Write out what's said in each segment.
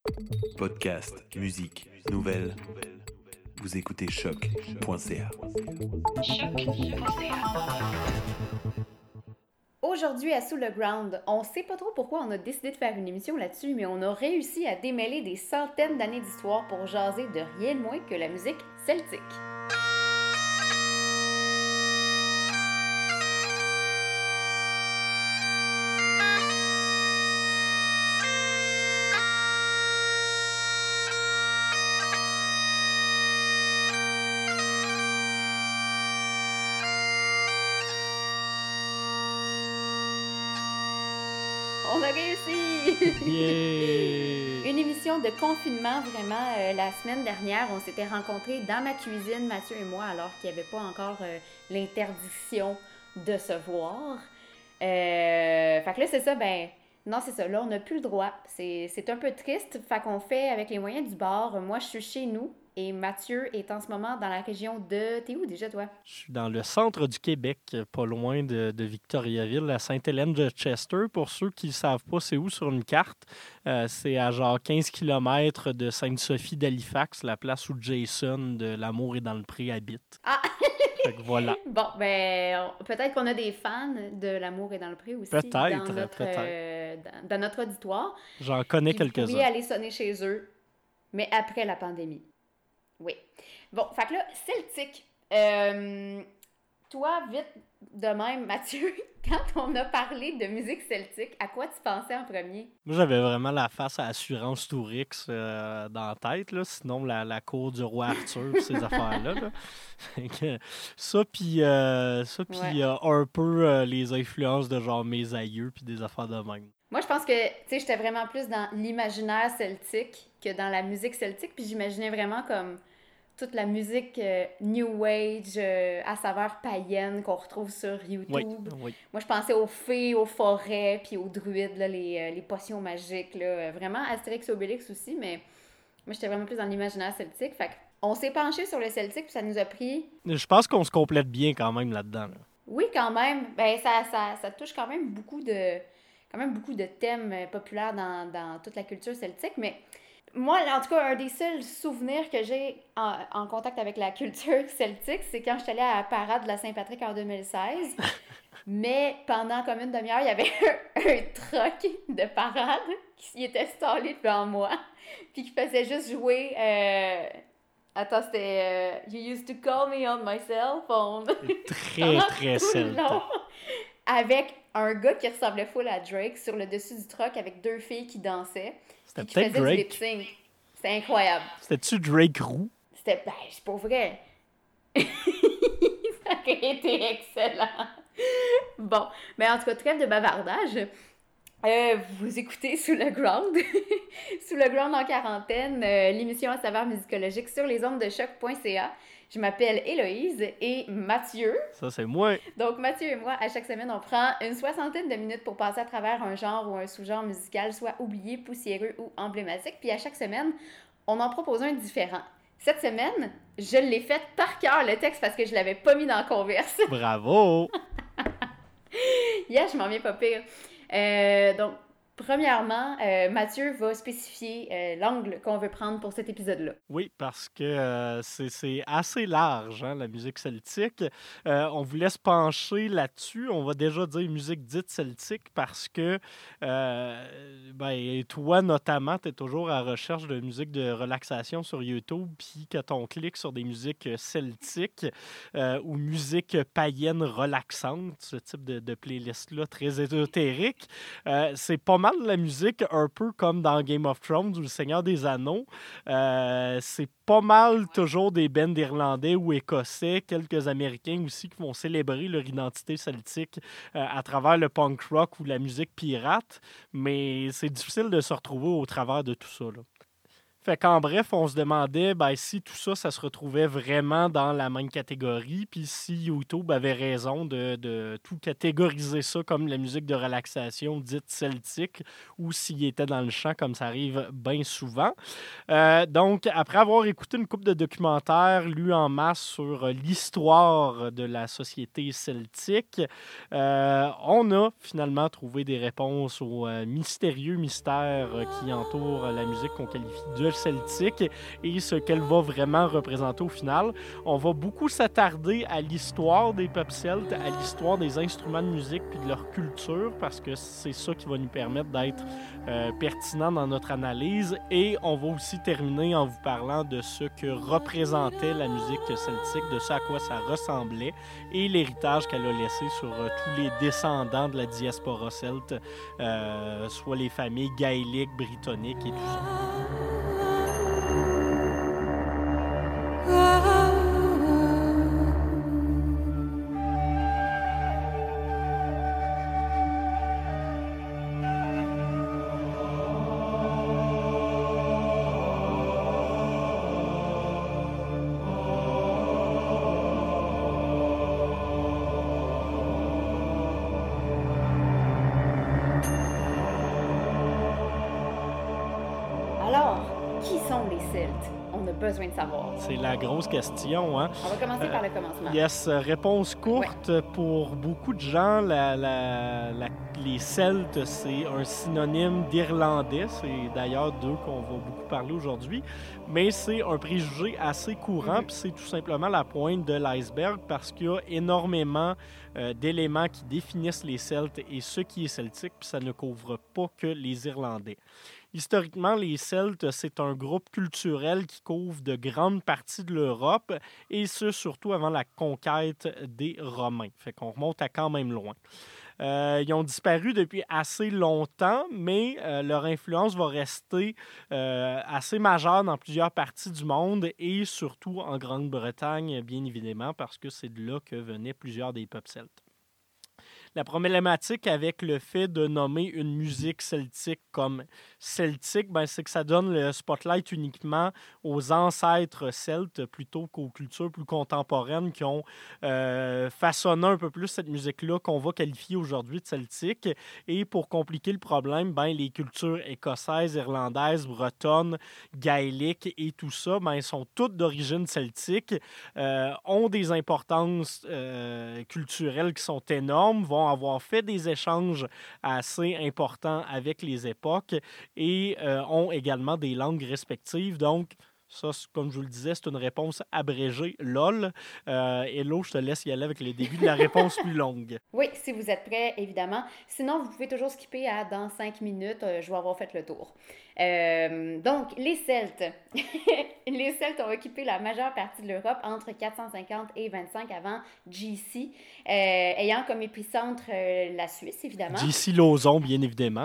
Podcast, musique, nouvelles. Vous écoutez choc.ca. Aujourd'hui à Sous le Ground, on sait pas trop pourquoi on a décidé de faire une émission là-dessus, mais on a réussi à démêler des centaines d'années d'histoire pour jaser de rien de moins que la musique celtique. On a réussi! Yeah! Une émission de confinement, vraiment. La semaine dernière, on s'était rencontrés dans ma cuisine, Mathieu et moi, alors qu'il n'y avait pas encore l'interdiction de se voir. Fait que là, c'est ça, non, c'est ça. Là, on n'a plus le droit. C'est un peu triste. Fait qu'on fait avec les moyens du bord. Moi, je suis chez nous. Et Mathieu est en ce moment dans la région de... T'es où déjà, toi? Je suis dans le centre du Québec, pas loin de Victoriaville, à Sainte-Hélène-de-Chester. Pour ceux qui ne savent pas c'est où sur une carte, c'est à genre 15 km de Sainte-Sophie d'Halifax, la place où Jason de L'Amour est dans le pré habite. Ah! Fait que voilà. Bon, peut-être qu'on a des fans de L'Amour est dans le pré aussi Peut-être. dans notre auditoire. J'en connais Puis vous pourriez quelques-uns. aller sonner chez eux, mais après la pandémie. Oui. Bon, fait que là, celtique. Toi, vite de même, Mathieu, quand on a parlé de musique celtique, à quoi tu pensais en premier? Moi, j'avais vraiment la face à Assurance Tourix dans la tête, là. Sinon la cour du roi Arthur, ces affaires-là. Là. Fait que ça, puis Ouais. un peu les influences de genre mes aïeux, puis des affaires de même. Moi, je pense que, tu sais, j'étais vraiment plus dans l'imaginaire celtique que dans la musique celtique, puis j'imaginais vraiment comme toute la musique New Age à saveur païenne qu'on retrouve sur Oui, YouTube. oui. Moi, je pensais aux fées, aux forêts, puis aux druides, là, les potions magiques. Là. Vraiment Astérix Obélix aussi, mais moi, j'étais vraiment plus dans l'imaginaire celtique. Fait on s'est penché sur le celtique, puis ça nous a pris... Je pense qu'on se complète bien quand même là-dedans. Là. Oui, quand même. Ça touche quand même beaucoup de thèmes populaires dans toute la culture celtique, mais... Moi, en tout cas, un des seuls souvenirs que j'ai en contact avec la culture celtique, c'est quand je suis allée à la parade de la Saint-Patrick en 2016. Mais pendant comme une demi-heure, il y avait un truck de parade qui était installé devant moi, puis qui faisait juste jouer... Attends, c'était You used to call me on my cell phone. Très, Pendant très tout le celtique. long, avec un gars qui ressemblait full à Drake sur le dessus du truck avec deux filles qui dansaient. C'était Qui peut-être faisait du Drake. lip-sync. C'était incroyable. C'était-tu Drake Roux? C'était... c'est pas vrai. Ça aurait été excellent. Bon, mais en tout cas, trêve de bavardage. Vous écoutez Sous le Ground. Sous le Ground en quarantaine, l'émission à saveur musicologique sur les ondes de choc.ca. Je m'appelle Héloïse et Mathieu. Ça, c'est moi. Donc, Mathieu et moi, à chaque semaine, on prend une 60aine de minutes pour passer à travers un genre ou un sous-genre musical, soit oublié, poussiéreux ou emblématique. Puis à chaque semaine, on en propose un différent. Cette semaine, je l'ai fait par cœur, le texte, parce que je l'avais pas mis dans la converse. Bravo! Yeah, je m'en viens pas pire. Donc, premièrement, Mathieu va spécifier l'angle qu'on veut prendre pour cet épisode-là. Oui, parce que c'est assez large, hein, la musique celtique. On vous laisse pencher là-dessus. On va déjà dire musique dite celtique parce que toi, notamment, tu es toujours à la recherche de musique de relaxation sur YouTube, puis quand on clique sur des musiques celtiques ou musique païenne relaxante, ce type de playlist-là très ésotérique, c'est pas mal de la musique, un peu comme dans Game of Thrones ou Le Seigneur des Anneaux. C'est pas mal toujours des bands irlandais ou écossais, quelques Américains aussi qui vont célébrer leur identité celtique à travers le punk rock ou la musique pirate, mais c'est difficile de se retrouver au travers de tout ça. Là. Fait qu'en bref, on se demandait si tout ça, ça se retrouvait vraiment dans la même catégorie, puis si YouTube avait raison de tout catégoriser ça comme la musique de relaxation dite celtique, ou s'il était dans le champ, comme ça arrive bien souvent. Donc, après avoir écouté une couple de documentaires lus en masse sur l'histoire de la société celtique, on a finalement trouvé des réponses aux mystérieux mystères qui entourent la musique qu'on qualifie de celtique et ce qu'elle va vraiment représenter au final. On va beaucoup s'attarder à l'histoire des peuples celtes, à l'histoire des instruments de musique puis de leur culture, parce que c'est ça qui va nous permettre d'être pertinent dans notre analyse. Et on va aussi terminer en vous parlant de ce que représentait la musique celtique, de ce à quoi ça ressemblait et l'héritage qu'elle a laissé sur tous les descendants de la diaspora celte, soit les familles gaéliques, brittoniques et tout ça. Alors, qui sont les Celtes? On a besoin de savoir. C'est la grosse question, hein? On va commencer par le commencement. Yes, réponse courte. Ouais. Pour beaucoup de gens, les Celtes, c'est un synonyme d'Irlandais. C'est d'ailleurs d'eux qu'on va beaucoup parler aujourd'hui. Mais c'est un préjugé assez courant, puis c'est tout simplement la pointe de l'iceberg parce qu'il y a énormément d'éléments qui définissent les Celtes et ce qui est celtique, puis ça ne couvre pas que les Irlandais. Historiquement, les Celtes, c'est un groupe culturel qui couvre de grandes parties de l'Europe, et ce, surtout avant la conquête des Romains. Fait qu'on remonte à quand même loin. Ils ont disparu depuis assez longtemps, mais leur influence va rester assez majeure dans plusieurs parties du monde, et surtout en Grande-Bretagne, bien évidemment, parce que c'est de là que venaient plusieurs des peuples celtes. La problématique avec le fait de nommer une musique celtique comme celtique, c'est que ça donne le spotlight uniquement aux ancêtres celtes plutôt qu'aux cultures plus contemporaines qui ont façonné un peu plus cette musique-là qu'on va qualifier aujourd'hui de celtique. Et pour compliquer le problème, les cultures écossaises, irlandaises, bretonnes, gaéliques et tout ça, sont toutes d'origine celtique, ont des importances culturelles qui sont énormes, vont avoir fait des échanges assez importants avec les époques et ont également des langues respectives. Donc, ça, comme je vous le disais, c'est une réponse abrégée, lol. Hello, je te laisse y aller avec le début de la réponse plus longue. Oui, si vous êtes prêts, évidemment. Sinon, vous pouvez toujours skipper à dans 5 minutes, je vais avoir fait le tour. Donc, les Celtes. Les Celtes ont occupé la majeure partie de l'Europe entre 450 et 25 avant JC, ayant comme épicentre la Suisse, évidemment. JC Lauzon, bien évidemment.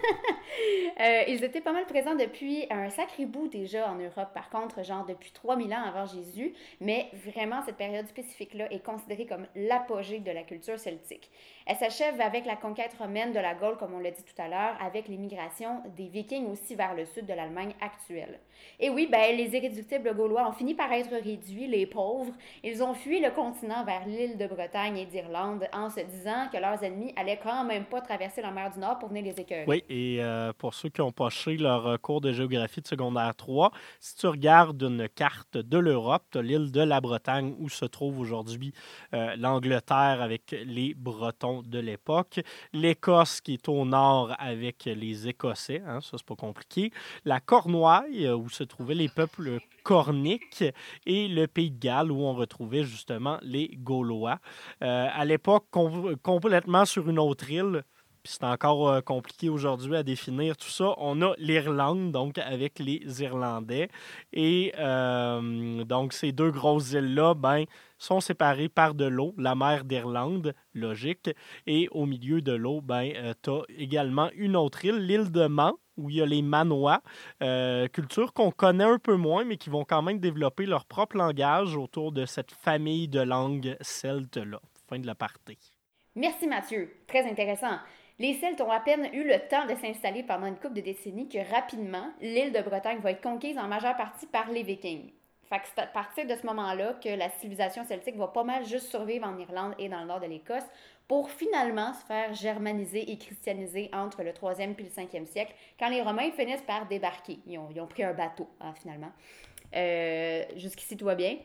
Ils étaient pas mal présents depuis un sacré bout déjà en Europe, par contre, genre depuis 3000 ans avant Jésus, mais vraiment, cette période spécifique-là est considérée comme l'apogée de la culture celtique. Elle s'achève avec la conquête romaine de la Gaule, comme on l'a dit tout à l'heure, avec l'émigration des Vikings aussi vers le sud de l'Allemagne actuelle. Et oui, les irréductibles Gaulois ont fini par être réduits, les pauvres. Ils ont fui le continent vers l'île de Bretagne et d'Irlande en se disant que leurs ennemis allaient quand même pas traverser la mer du Nord pour venir les écœurer. Oui, et pour ceux qui ont poché leur cours de géographie de secondaire 3, si tu regardes une carte de l'Europe, tu as l'île de la Bretagne où se trouve aujourd'hui l'Angleterre avec les Bretons de l'époque, l'Écosse qui est au nord avec les Écossais, ça c'est pas compliqué, la Cornouaille où se trouvaient les peuples corniques et le Pays de Galles où on retrouvait justement les Gaulois. À l'époque, complètement sur une autre île, puis c'est encore compliqué aujourd'hui à définir tout ça. On a l'Irlande, donc avec les Irlandais. Et donc, ces deux grosses îles-là, sont séparées par de l'eau, la mer d'Irlande, logique. Et au milieu de l'eau, tu as également une autre île, l'île de Man, où il y a les Manois, culture qu'on connaît un peu moins, mais qui vont quand même développer leur propre langage autour de cette famille de langues celtes-là. Fin de l'aparté. Merci Mathieu, très intéressant. Les Celtes ont à peine eu le temps de s'installer pendant une couple de décennies que rapidement, l'île de Bretagne va être conquise en majeure partie par les Vikings. Fait que c'est à partir de ce moment-là que la civilisation celtique va pas mal juste survivre en Irlande et dans le nord de l'Écosse pour finalement se faire germaniser et christianiser entre le 3e et le 5e siècle, quand les Romains finissent par débarquer. Ils ont pris un bateau, finalement. Jusqu'ici, tout va bien.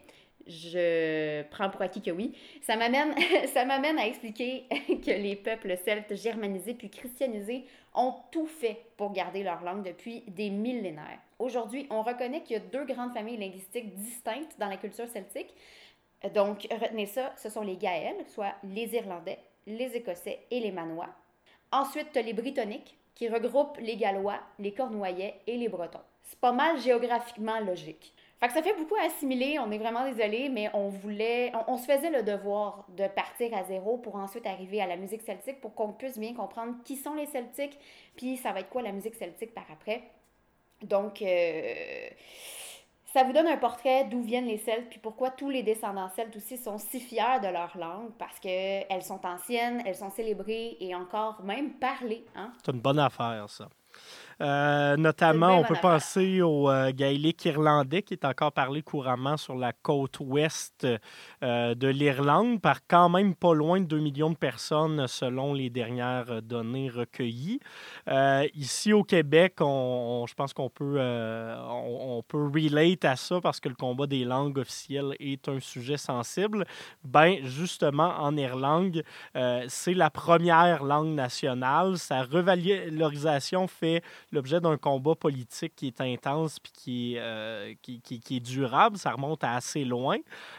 Je prends pour acquis que oui. Ça m'amène à expliquer que les peuples celtes germanisés puis christianisés ont tout fait pour garder leur langue depuis des millénaires. Aujourd'hui, on reconnaît qu'il y a 2 grandes familles linguistiques distinctes dans la culture celtique. Donc, retenez ça, ce sont les Gaëls, soit les Irlandais, les Écossais et les Manois. Ensuite, tu as les Brittoniques, qui regroupent les Gallois, les Cornouaillais et les Bretons. C'est pas mal géographiquement logique. Fait que ça fait beaucoup à assimiler, on est vraiment désolé, mais on se faisait le devoir de partir à zéro pour ensuite arriver à la musique celtique pour qu'on puisse bien comprendre qui sont les Celtiques, puis ça va être quoi la musique celtique par après. Donc, ça vous donne un portrait d'où viennent les Celtes, puis pourquoi tous les descendants celtes aussi sont si fiers de leur langue, parce qu'elles sont anciennes, elles sont célébrées et encore même parlées. Hein? C'est une bonne affaire, ça. Notamment, on peut penser au gaélique irlandais qui est encore parlé couramment sur la côte ouest de l'Irlande par quand même pas loin de 2 millions de personnes selon les dernières données recueillies. Ici au Québec, je pense qu'on peut, on peut relate à ça parce que le combat des langues officielles est un sujet sensible. Ben justement, en Irlande, c'est la première langue nationale. Sa revalorisation fait l'objet d'un combat politique qui est intense et qui est durable. Ça remonte à assez loin.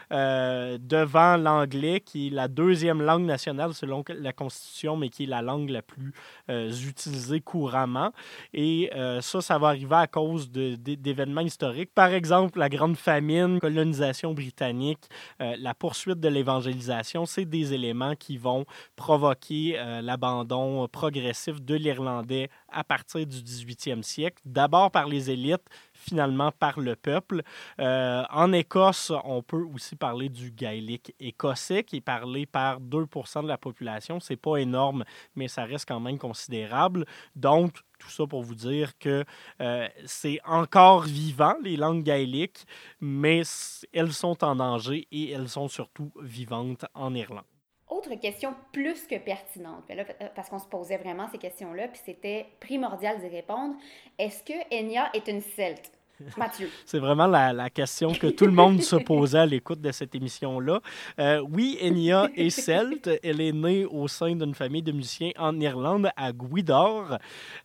Devant l'anglais, qui est la 2e langue nationale selon la Constitution, mais qui est la langue la plus utilisée couramment. Et ça va arriver à cause d'événements historiques. Par exemple, la Grande Famine, colonisation britannique, la poursuite de l'évangélisation, c'est des éléments qui vont provoquer l'abandon progressif de l'irlandais à partir du 18e siècle, d'abord par les élites, finalement par le peuple. En Écosse, on peut aussi parler du gaélique écossais, qui est parlé par 2% de la population. C'est pas énorme, mais ça reste quand même considérable. Donc, tout ça pour vous dire que c'est encore vivant, les langues gaéliques, mais elles sont en danger et elles sont surtout vivantes en Irlande. Autre question plus que pertinente, parce qu'on se posait vraiment ces questions-là, puis c'était primordial d'y répondre. Est-ce que Enya est une Celte? Mathieu. C'est vraiment la question que tout le monde se posait à l'écoute de cette émission-là. Oui, Enya est celte. Elle est née au sein d'une famille de musiciens en Irlande, à Gweedore.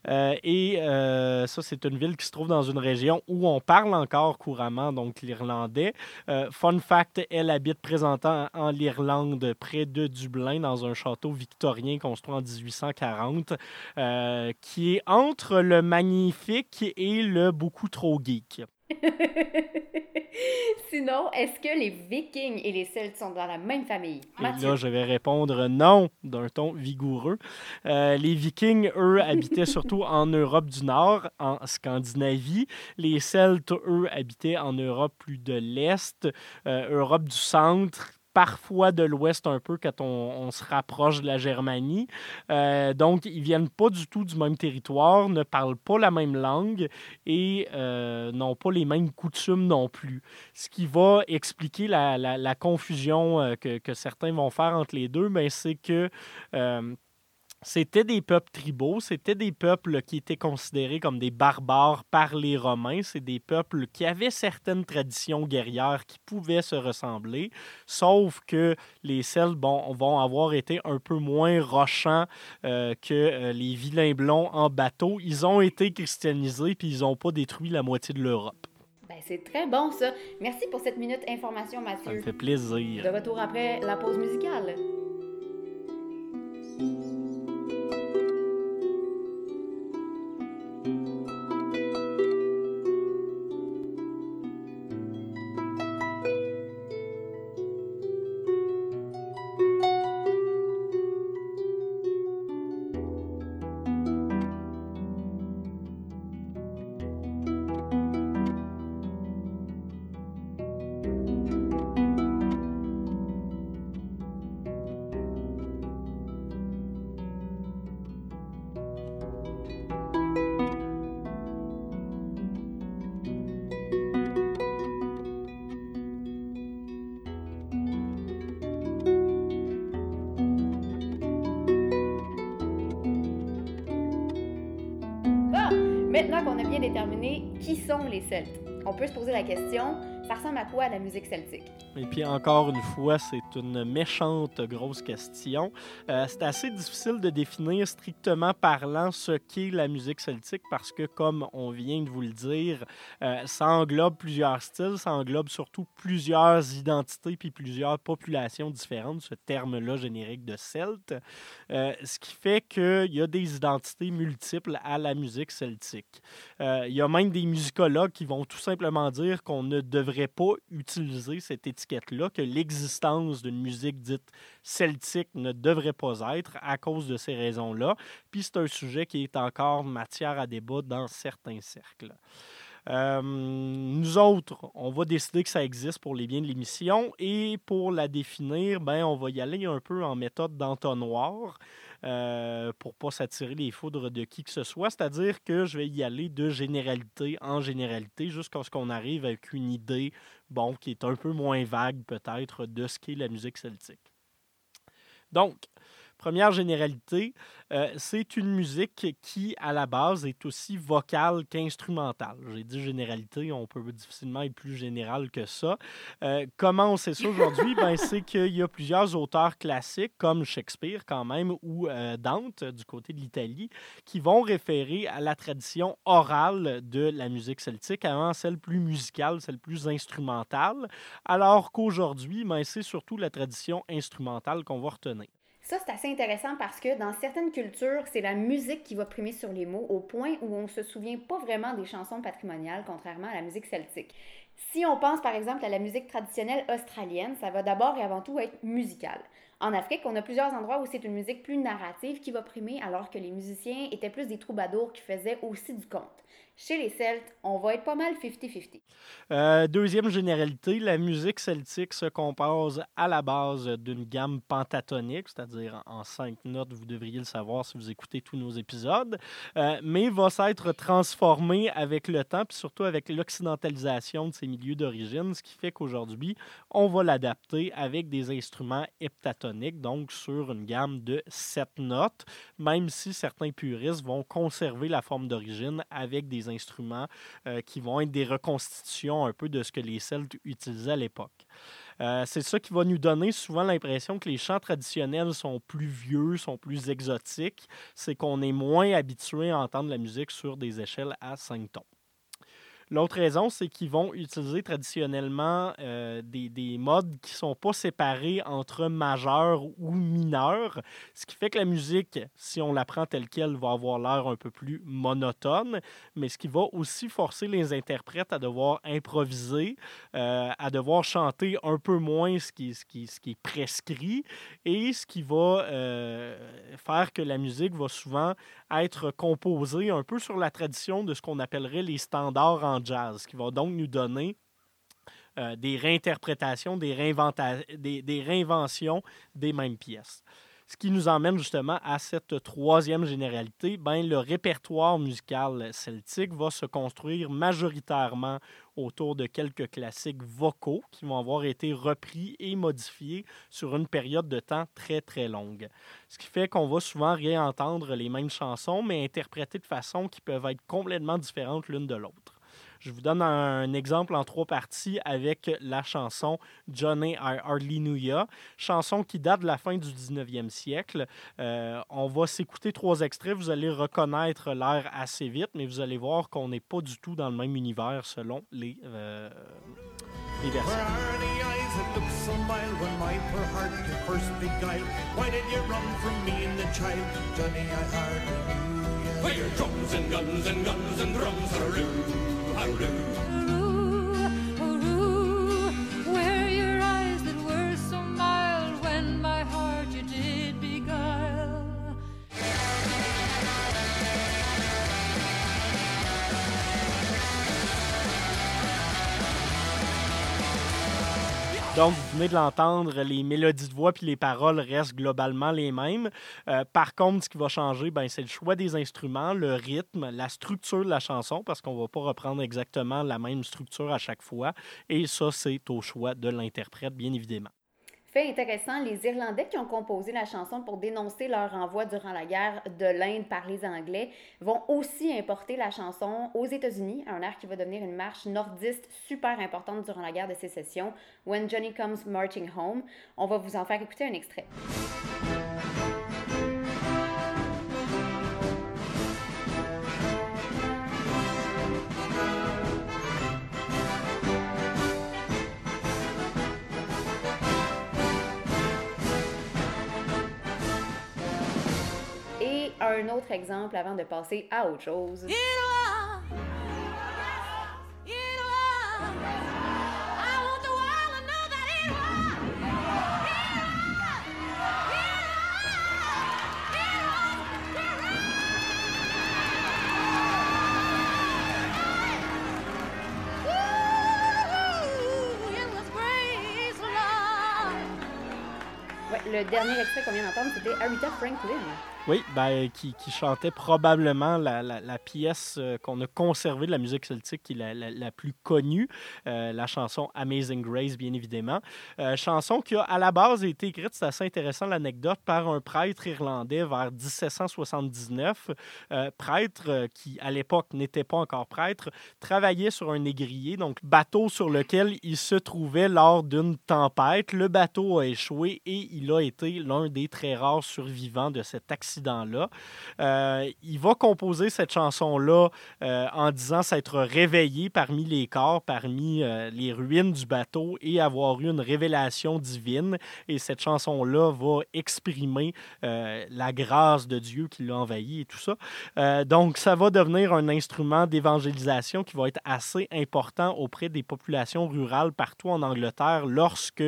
Ça, c'est une ville qui se trouve dans une région où on parle encore couramment, donc l'irlandais. Fun fact, elle habite présentement en Irlande, près de Dublin, dans un château victorien construit en 1840, qui est entre le magnifique et le beaucoup trop geek. Sinon, est-ce que les Vikings et les Celtes sont dans la même famille? Mathieu. Et là, je vais répondre non, d'un ton vigoureux. Les Vikings, eux, habitaient surtout en Europe du Nord, en Scandinavie. Les Celtes, eux, habitaient en Europe plus de l'Est, Europe du Centre, parfois de l'Ouest un peu quand on se rapproche de la Germanie. Donc, ils ne viennent pas du tout du même territoire, ne parlent pas la même langue et n'ont pas les mêmes coutumes non plus. Ce qui va expliquer la confusion que certains vont faire entre les deux, ben, c'est que c'était des peuples tribaux, c'était des peuples qui étaient considérés comme des barbares par les Romains. C'est des peuples qui avaient certaines traditions guerrières qui pouvaient se ressembler, sauf que les Celtes vont avoir été un peu moins rochants que les vilains blonds en bateau. Ils ont été christianisés puis ils n'ont pas détruit la moitié de l'Europe. Ben, c'est très bon, ça. Merci pour cette minute information, Mathieu. Ça me fait plaisir. De retour après la pause musicale. bien déterminer qui sont les Celtes. On peut se poser la question, ça ressemble à quoi la musique celtique? Et puis encore une fois, c'est une méchante grosse question. C'est assez difficile de définir strictement parlant ce qu'est la musique celtique parce que, comme on vient de vous le dire, ça englobe plusieurs styles, ça englobe surtout plusieurs identités puis plusieurs populations différentes, ce terme-là générique de celte, ce qui fait qu'il y a des identités multiples à la musique celtique. Il y a même des musicologues qui vont tout simplement dire qu'on ne devrait pas utiliser cette étiquette-là, que l'existence d'une musique dite celtique ne devrait pas être à cause de ces raisons-là. Puis c'est un sujet qui est encore matière à débat dans certains cercles. Nous autres, on va décider que ça existe pour les biens de l'émission et pour la définir, on va y aller un peu en méthode d'entonnoir pour ne pas s'attirer les foudres de qui que ce soit. C'est-à-dire que je vais y aller de généralité en généralité jusqu'à ce qu'on arrive avec une idée qui est un peu moins vague peut-être de ce qu'est la musique celtique. Donc, première généralité, c'est une musique qui, à la base, est aussi vocale qu'instrumentale. J'ai dit généralité, on peut difficilement être plus général que ça. Comment on sait ça aujourd'hui? C'est qu'il y a plusieurs auteurs classiques, comme Shakespeare quand même, ou Dante, du côté de l'Italie, qui vont référer à la tradition orale de la musique celtique avant celle plus musicale, celle plus instrumentale, alors qu'aujourd'hui, c'est surtout la tradition instrumentale qu'on va retenir. Ça, c'est assez intéressant parce que dans certaines cultures, c'est la musique qui va primer sur les mots au point où on ne se souvient pas vraiment des chansons patrimoniales, contrairement à la musique celtique. Si on pense par exemple à la musique traditionnelle australienne, ça va d'abord et avant tout être musical. En Afrique, on a plusieurs endroits où c'est une musique plus narrative qui va primer, alors que les musiciens étaient plus des troubadours qui faisaient aussi du conte. Chez les Celtes, on va être pas mal 50-50. Deuxième généralité, la musique celtique se compose à la base d'une gamme pentatonique, c'est-à-dire en 5 notes, vous devriez le savoir si vous écoutez tous nos épisodes, mais va s'être transformée avec le temps, puis surtout avec l'occidentalisation de ses milieux d'origine, ce qui fait qu'aujourd'hui, on va l'adapter avec des instruments heptatoniques, donc sur une gamme de 7 notes, même si certains puristes vont conserver la forme d'origine avec des instruments qui vont être des reconstitutions un peu de ce que les Celtes utilisaient à l'époque. C'est ça qui va nous donner souvent l'impression que les chants traditionnels sont plus vieux, sont plus exotiques. C'est qu'on est moins habitué à entendre la musique sur des échelles à 5 tons. L'autre raison, c'est qu'ils vont utiliser traditionnellement des modes qui ne sont pas séparés entre majeur ou mineur, ce qui fait que la musique, si on la prend telle qu'elle, va avoir l'air un peu plus monotone, mais ce qui va aussi forcer les interprètes à devoir improviser, à devoir chanter un peu moins ce qui est prescrit, et ce qui va faire que la musique va souvent être composée un peu sur la tradition de ce qu'on appellerait les standards en jazz, qui va donc nous donner des réinterprétations, des réinventions des mêmes pièces. Ce qui nous emmène justement à cette troisième généralité, le répertoire musical celtique va se construire majoritairement autour de quelques classiques vocaux qui vont avoir été repris et modifiés sur une période de temps très, très longue. Ce qui fait qu'on va souvent réentendre les mêmes chansons, mais interprétées de façon qui peuvent être complètement différentes l'une de l'autre. Je vous donne un exemple en 3 parties avec la chanson Johnny I Hardly Knew Ya, chanson qui date de la fin du 19e siècle. On va s'écouter 3 extraits, vous allez reconnaître l'air assez vite, mais vous allez voir qu'on n'est pas du tout dans le même univers selon les versions. Drums and guns and guns and drums, halloo, halloo. Halloo, where your eyes that were so mild when my heart you did beguile. Donc, vous venez de l'entendre, les mélodies de voix puis les paroles restent globalement les mêmes. Par contre, ce qui va changer, c'est le choix des instruments, le rythme, la structure de la chanson, parce qu'on ne va pas reprendre exactement la même structure à chaque fois. Et ça, c'est au choix de l'interprète, bien évidemment. Fait intéressant, les Irlandais qui ont composé la chanson pour dénoncer leur envoi durant la guerre de l'Inde par les Anglais vont aussi importer la chanson aux États-Unis, un air qui va devenir une marche nordiste super importante durant la guerre de sécession, When Johnny Comes Marching Home. On va vous en faire écouter un extrait. Et un autre exemple avant de passer à autre chose. Ouais, le dernier extrait qu'on vient d'entendre, c'était Aretha Franklin. Oui, qui chantait probablement la pièce qu'on a conservée de la musique celtique, qui est la plus connue, la chanson Amazing Grace, bien évidemment. Chanson qui a à la base été écrite, c'est assez intéressant l'anecdote, par un prêtre irlandais vers 1779. Prêtre qui, à l'époque, n'était pas encore prêtre, travaillait sur un négrier, donc bateau sur lequel il se trouvait lors d'une tempête. Le bateau a échoué et il a été l'un des très rares survivants de cet accident-là. Il va composer cette chanson-là en disant s'être réveillé parmi les corps, parmi les ruines du bateau et avoir eu une révélation divine. Et cette chanson-là va exprimer la grâce de Dieu qui l'a envahi et tout ça. Donc, ça va devenir un instrument d'évangélisation qui va être assez important auprès des populations rurales partout en Angleterre lorsque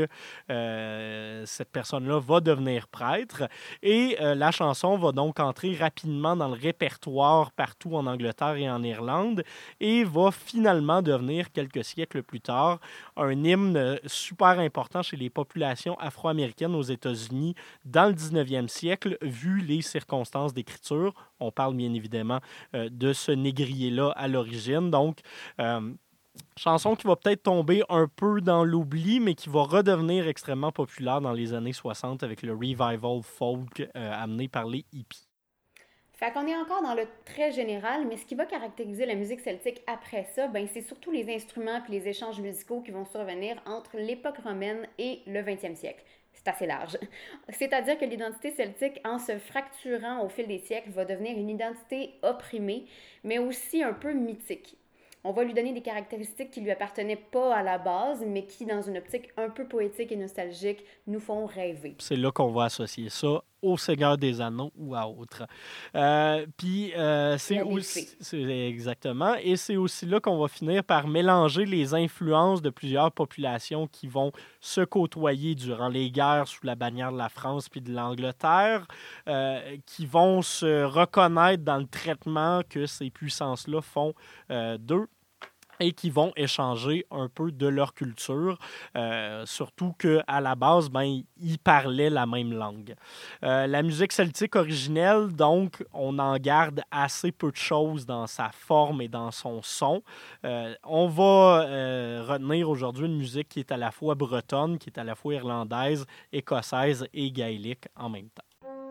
cette personne-là va devenir prêtre. Et la chanson va donc entrer rapidement dans le répertoire partout en Angleterre et en Irlande et va finalement devenir, quelques siècles plus tard, un hymne super important chez les populations afro-américaines aux États-Unis dans le 19e siècle, vu les circonstances d'écriture. On parle bien évidemment de ce négrier-là à l'origine. Donc, chanson qui va peut-être tomber un peu dans l'oubli, mais qui va redevenir extrêmement populaire dans les années 60 avec le revival folk amené par les hippies. Fait qu'on est encore dans le très général, mais ce qui va caractériser la musique celtique après ça, ben c'est surtout les instruments et les échanges musicaux qui vont survenir entre l'époque romaine et le 20e siècle. C'est assez large. C'est-à-dire que l'identité celtique, en se fracturant au fil des siècles, va devenir une identité opprimée, mais aussi un peu mythique. On va lui donner des caractéristiques qui ne lui appartenaient pas à la base, mais qui, dans une optique un peu poétique et nostalgique, nous font rêver. C'est là qu'on va associer ça au Seigneur des Anneaux ou à autre. C'est aussi... Exactement. Et c'est aussi là qu'on va finir par mélanger les influences de plusieurs populations qui vont se côtoyer durant les guerres sous la bannière de la France puis de l'Angleterre, qui vont se reconnaître dans le traitement que ces puissances-là font d'eux, et qui vont échanger un peu de leur culture, surtout qu'à la base, ils parlaient la même langue. La musique celtique originelle, donc, on en garde assez peu de choses dans sa forme et dans son son. On va retenir aujourd'hui une musique qui est à la fois bretonne, qui est à la fois irlandaise, écossaise et gaélique en même temps.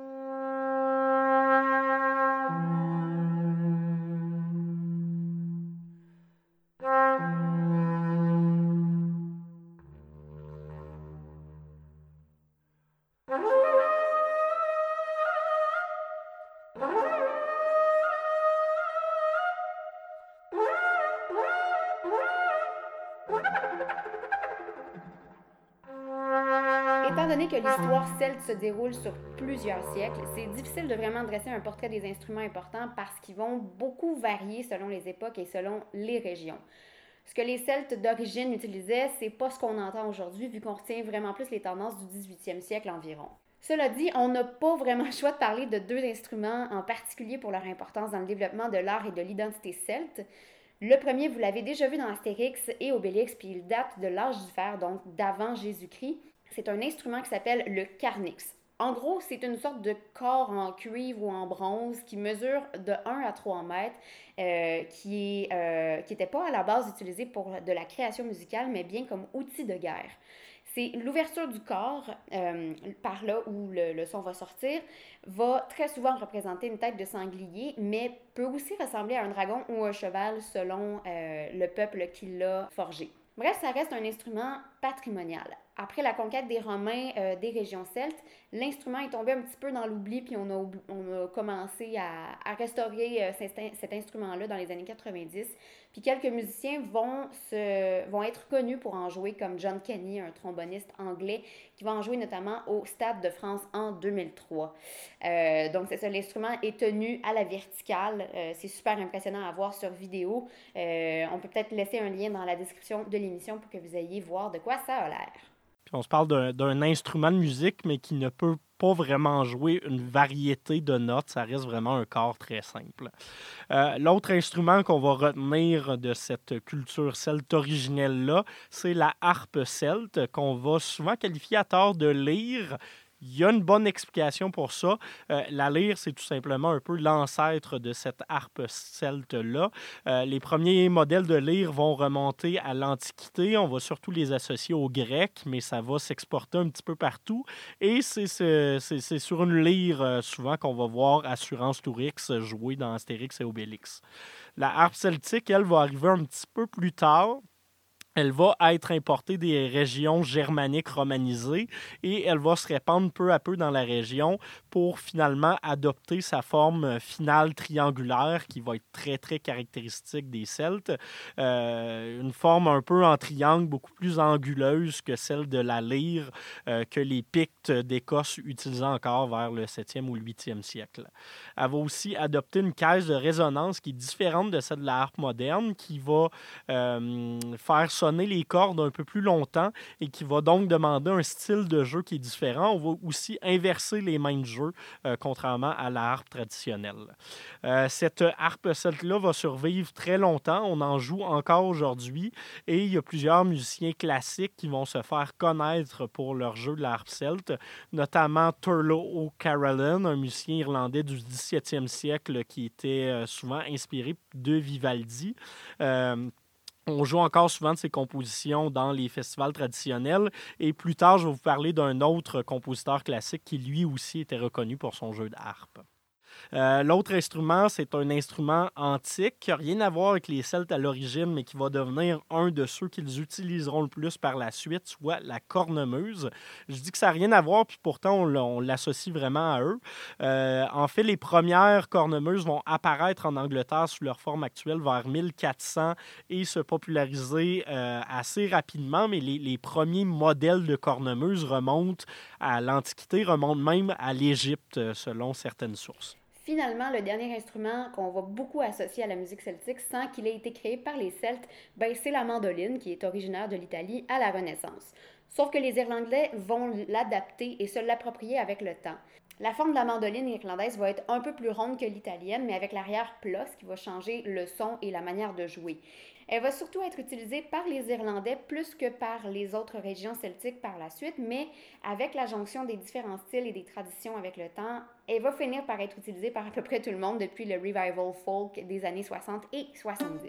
Étant donné que l'histoire celte se déroule sur plusieurs siècles, c'est difficile de vraiment dresser un portrait des instruments importants parce qu'ils vont beaucoup varier selon les époques et selon les régions. Ce que les Celtes d'origine utilisaient, c'est pas ce qu'on entend aujourd'hui, vu qu'on retient vraiment plus les tendances du 18e siècle environ. Cela dit, on n'a pas vraiment le choix de parler de deux instruments en particulier pour leur importance dans le développement de l'art et de l'identité celte. Le premier, vous l'avez déjà vu dans Astérix et Obélix, puis il date de l'âge du fer, donc d'avant Jésus-Christ. C'est un instrument qui s'appelle le carnyx. En gros, c'est une sorte de corps en cuivre ou en bronze qui mesure de 1 à 3 mètres, qui n'était pas à la base utilisé pour de la création musicale, mais bien comme outil de guerre. C'est l'ouverture du corps, par là où le son va sortir, va très souvent représenter une tête de sanglier, mais peut aussi ressembler à un dragon ou un cheval selon le peuple qui l'a forgé. Bref, ça reste un instrument patrimonial. Après la conquête des Romains des régions celtes, l'instrument est tombé un petit peu dans l'oubli, puis on a commencé à restaurer cet instrument-là dans les années 90. Puis quelques musiciens vont être connus pour en jouer, comme John Kenny, un tromboniste anglais, qui va en jouer notamment au Stade de France en 2003. Donc c'est ça, l'instrument est tenu à la verticale. C'est super impressionnant à voir sur vidéo. On peut peut-être laisser un lien dans la description de l'émission pour que vous ayez voir de quoi ça a l'air. Puis on se parle d'un instrument de musique, mais qui ne peut pas vraiment jouer une variété de notes. Ça reste vraiment un corps très simple. L'autre instrument qu'on va retenir de cette culture celte originelle-là, c'est la harpe celte, qu'on va souvent qualifier à tort de lyre. Il y a une bonne explication pour ça. La lyre, c'est tout simplement un peu l'ancêtre de cette harpe celte-là. Les premiers modèles de lyre vont remonter à l'Antiquité. On va surtout les associer aux Grecs, mais ça va s'exporter un petit peu partout. Et c'est sur une lyre, souvent, qu'on va voir Assurance Tourix jouer dans Astérix et Obélix. La harpe celtique, elle, va arriver un petit peu plus tard. Elle va être importée des régions germaniques romanisées et elle va se répandre peu à peu dans la région pour finalement adopter sa forme finale triangulaire qui va être très, très caractéristique des Celtes. Une forme un peu en triangle, beaucoup plus anguleuse que celle de la lyre que les Pictes d'Écosse utilisaient encore vers le 7e ou le 8e siècle. Elle va aussi adopter une caisse de résonance qui est différente de celle de la harpe moderne, qui va faire sonner les cordes un peu plus longtemps et qui va donc demander un style de jeu qui est différent. On va aussi inverser les mains de jeu, contrairement à la harpe traditionnelle. Cette harpe celte-là va survivre très longtemps. On en joue encore aujourd'hui et il y a plusieurs musiciens classiques qui vont se faire connaître pour leur jeu de la harpe celte, notamment Turlough O'Carolan, un musicien irlandais du 17e siècle qui était souvent inspiré de Vivaldi. On joue encore souvent de ses compositions dans les festivals traditionnels. Et plus tard, je vais vous parler d'un autre compositeur classique qui, lui aussi, était reconnu pour son jeu de harpe. L'autre instrument, c'est un instrument antique qui n'a rien à voir avec les Celtes à l'origine, mais qui va devenir un de ceux qu'ils utiliseront le plus par la suite, soit la cornemuse. Je dis que ça n'a rien à voir, puis pourtant on l'associe vraiment à eux. En fait, les premières cornemeuses vont apparaître en Angleterre sous leur forme actuelle vers 1400 et se populariser assez rapidement, mais les premiers modèles de cornemuse remontent à l'Antiquité, remontent même à l'Égypte, selon certaines sources. Finalement, le dernier instrument qu'on va beaucoup associer à la musique celtique sans qu'il ait été créé par les Celtes, c'est la mandoline qui est originaire de l'Italie à la Renaissance. Sauf que les Irlandais vont l'adapter et se l'approprier avec le temps. La forme de la mandoline irlandaise va être un peu plus ronde que l'italienne, mais avec l'arrière plat, ce qui va changer le son et la manière de jouer. Elle va surtout être utilisée par les Irlandais plus que par les autres régions celtiques par la suite, mais avec la jonction des différents styles et des traditions avec le temps, elle va finir par être utilisée par à peu près tout le monde depuis le revival folk des années 60 et 70.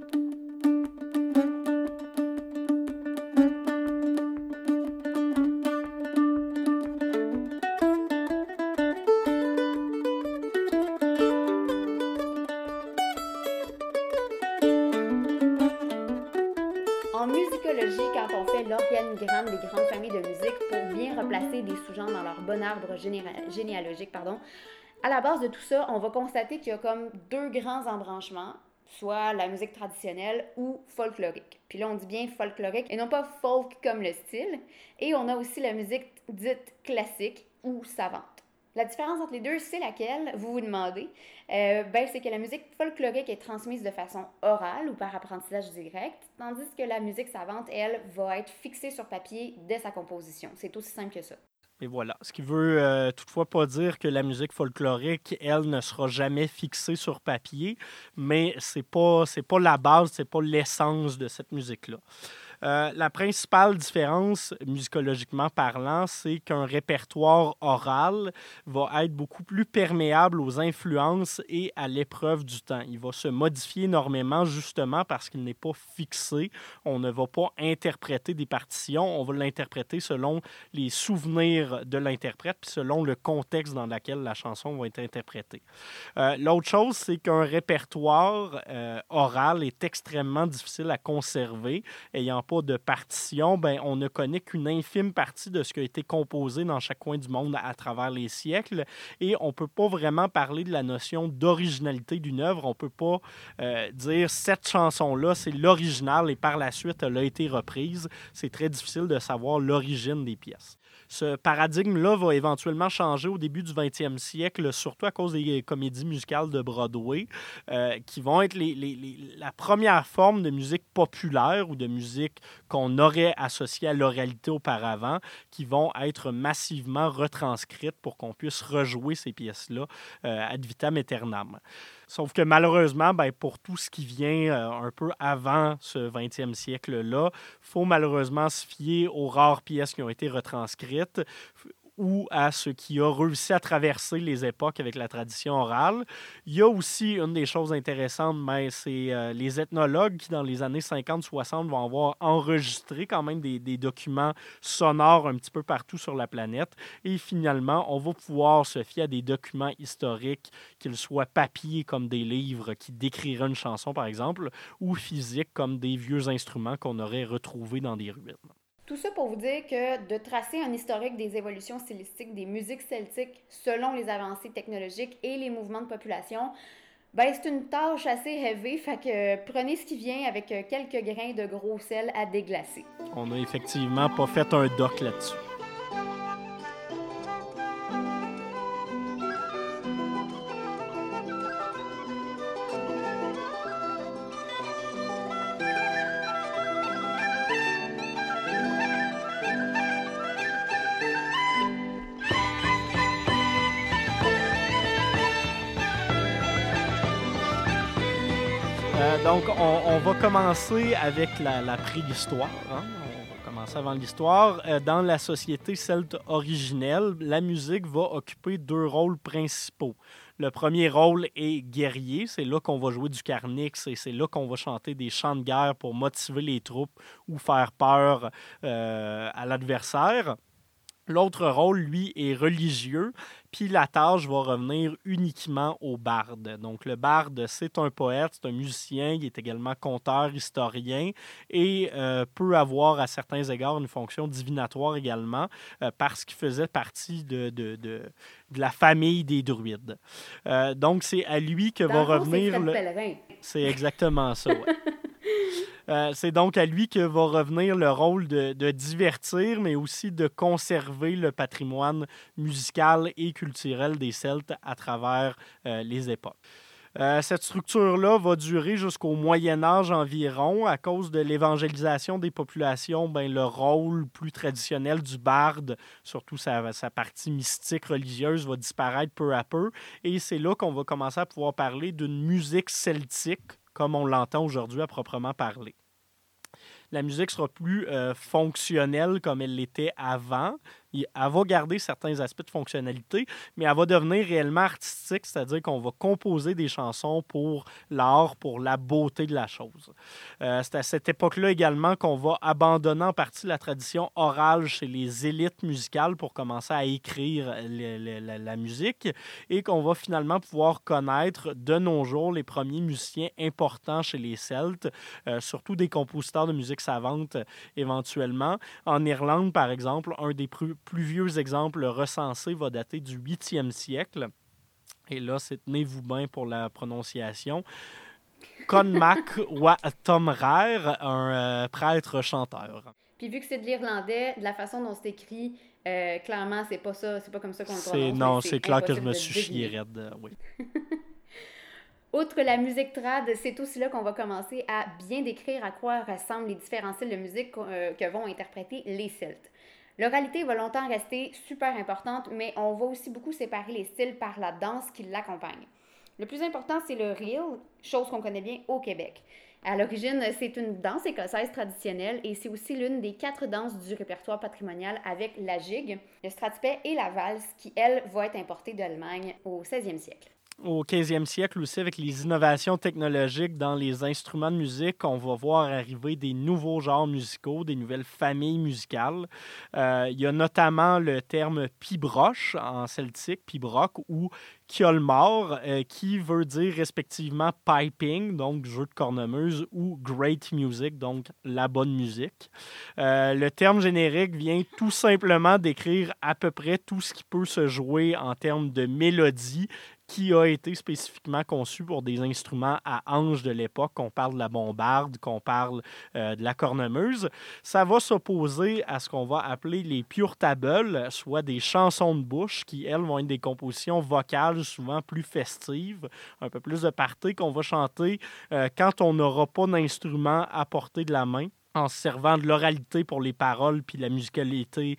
Quand on fait l'organigramme des grandes familles de musique pour bien replacer des sous-genres dans leur bon arbre généalogique, à la base de tout ça, on va constater qu'il y a comme deux grands embranchements, soit la musique traditionnelle ou folklorique. Puis là, on dit bien folklorique et non pas folk comme le style. Et on a aussi la musique dite classique ou savante. La différence entre les deux, c'est laquelle, vous vous demandez? C'est que la musique folklorique est transmise de façon orale ou par apprentissage direct, tandis que la musique savante, elle, va être fixée sur papier dès sa composition. C'est aussi simple que ça. Et voilà. Ce qui veut toutefois pas dire que la musique folklorique, elle, ne sera jamais fixée sur papier, mais c'est pas la base, c'est pas l'essence de cette musique-là. La principale différence, musicologiquement parlant, c'est qu'un répertoire oral va être beaucoup plus perméable aux influences et à l'épreuve du temps. Il va se modifier énormément justement parce qu'il n'est pas fixé. On ne va pas interpréter des partitions, on va l'interpréter selon les souvenirs de l'interprète puis selon le contexte dans lequel la chanson va être interprétée. L'autre chose, c'est qu'un répertoire oral est extrêmement difficile à conserver. Ayant pas de partition, ben, on ne connaît qu'une infime partie de ce qui a été composé dans chaque coin du monde à travers les siècles et on ne peut pas vraiment parler de la notion d'originalité d'une œuvre. On ne peut pas dire cette chanson-là, c'est l'original et par la suite, elle a été reprise. C'est très difficile de savoir l'origine des pièces. Ce paradigme-là va éventuellement changer au début du 20e siècle, surtout à cause des comédies musicales de Broadway, qui vont être la première forme de musique populaire ou de musique qu'on aurait associée à l'oralité auparavant, qui vont être massivement retranscrites pour qu'on puisse rejouer ces pièces-là ad vitam aeternam. Sauf que malheureusement, ben, pour tout ce qui vient un peu avant ce 20e siècle-là, il faut malheureusement se fier aux rares pièces qui ont été retranscrites ou à ce qui a réussi à traverser les époques avec la tradition orale. Il y a aussi une des choses intéressantes, mais c'est les ethnologues qui, dans les années 50-60, vont avoir enregistré quand même des documents sonores un petit peu partout sur la planète. Et finalement, on va pouvoir se fier à des documents historiques, qu'ils soient papier comme des livres qui décriraient une chanson, par exemple, ou physiques comme des vieux instruments qu'on aurait retrouvés dans des ruines. Tout ça pour vous dire que de tracer un historique des évolutions stylistiques des musiques celtiques selon les avancées technologiques et les mouvements de population, ben c'est une tâche assez heavy, fait que prenez ce qui vient avec quelques grains de gros sel à déglacer. On n'a effectivement pas fait un doc là-dessus. Donc, on va commencer avec la préhistoire. Hein? On va commencer avant l'histoire. Dans la société celte originelle, la musique va occuper deux rôles principaux. Le premier rôle est guerrier. C'est là qu'on va jouer du carnix et c'est là qu'on va chanter des chants de guerre pour motiver les troupes ou faire peur à l'adversaire. L'autre rôle, lui, est religieux, puis la tâche va revenir uniquement au barde. Donc, le barde, c'est un poète, c'est un musicien, il est également conteur, historien et peut avoir à certains égards une fonction divinatoire également parce qu'il faisait partie de la famille des druides. Donc, c'est à lui que va revenir... C'est pèlerin. C'est exactement ça, ouais. C'est donc à lui que va revenir le rôle de divertir, mais aussi de conserver le patrimoine musical et culturel des Celtes à travers les époques. Cette structure-là va durer jusqu'au Moyen Âge environ. À cause de l'évangélisation des populations, ben, le rôle plus traditionnel du barde, surtout sa partie mystique religieuse, va disparaître peu à peu. Et c'est là qu'on va commencer à pouvoir parler d'une musique celtique, comme on l'entend aujourd'hui à proprement parler. La musique sera plus fonctionnelle comme elle l'était avant. Elle va garder certains aspects de fonctionnalité, mais elle va devenir réellement artistique, c'est-à-dire qu'on va composer des chansons pour l'art, pour la beauté de la chose. C'est à cette époque-là également qu'on va abandonner en partie la tradition orale chez les élites musicales pour commencer à écrire la musique et qu'on va finalement pouvoir connaître de nos jours les premiers musiciens importants chez les Celtes, surtout des compositeurs de musique savante éventuellement. En Irlande, par exemple, un des plus vieux exemples recensés va dater du 8e siècle. Et là, tenez-vous bien pour la prononciation. Conmac wa Tomraer, un prêtre-chanteur. Puis vu que c'est de l'irlandais, de la façon dont c'est écrit, clairement, c'est pas ça, c'est pas comme ça qu'on le prononce. Non, c'est clair que je me suis chié raide, oui. Outre la musique trad, c'est aussi là qu'on va commencer à bien décrire à quoi ressemblent les différents styles de musique que vont interpréter les Celtes. L'oralité va longtemps rester super importante, mais on va aussi beaucoup séparer les styles par la danse qui l'accompagne. Le plus important, c'est le reel, chose qu'on connaît bien au Québec. À l'origine, c'est une danse écossaise traditionnelle et c'est aussi l'une des 4 danses du répertoire patrimonial avec la gigue, le stratispet et la valse qui, elles, vont être importées d'Allemagne au 16e siècle. Au 15e siècle aussi, avec les innovations technologiques dans les instruments de musique, on va voir arriver des nouveaux genres musicaux, des nouvelles familles musicales. Il y a notamment le terme pibroch en celtique, pibroch, ou Kjolmar, qui veut dire respectivement piping, donc jeu de cornemuse, ou great music, donc la bonne musique. Le terme générique vient tout simplement décrire à peu près tout ce qui peut se jouer en termes de mélodie, qui a été spécifiquement conçu pour des instruments à anges de l'époque, qu'on parle de la bombarde, qu'on parle de la cornemuse. Ça va s'opposer à ce qu'on va appeler les pure tables, soit des chansons de bouche, qui, elles, vont être des compositions vocales souvent plus festives, un peu plus de party, qu'on va chanter quand on n'aura pas d'instrument à portée de la main, en se servant de l'oralité pour les paroles puis la musicalité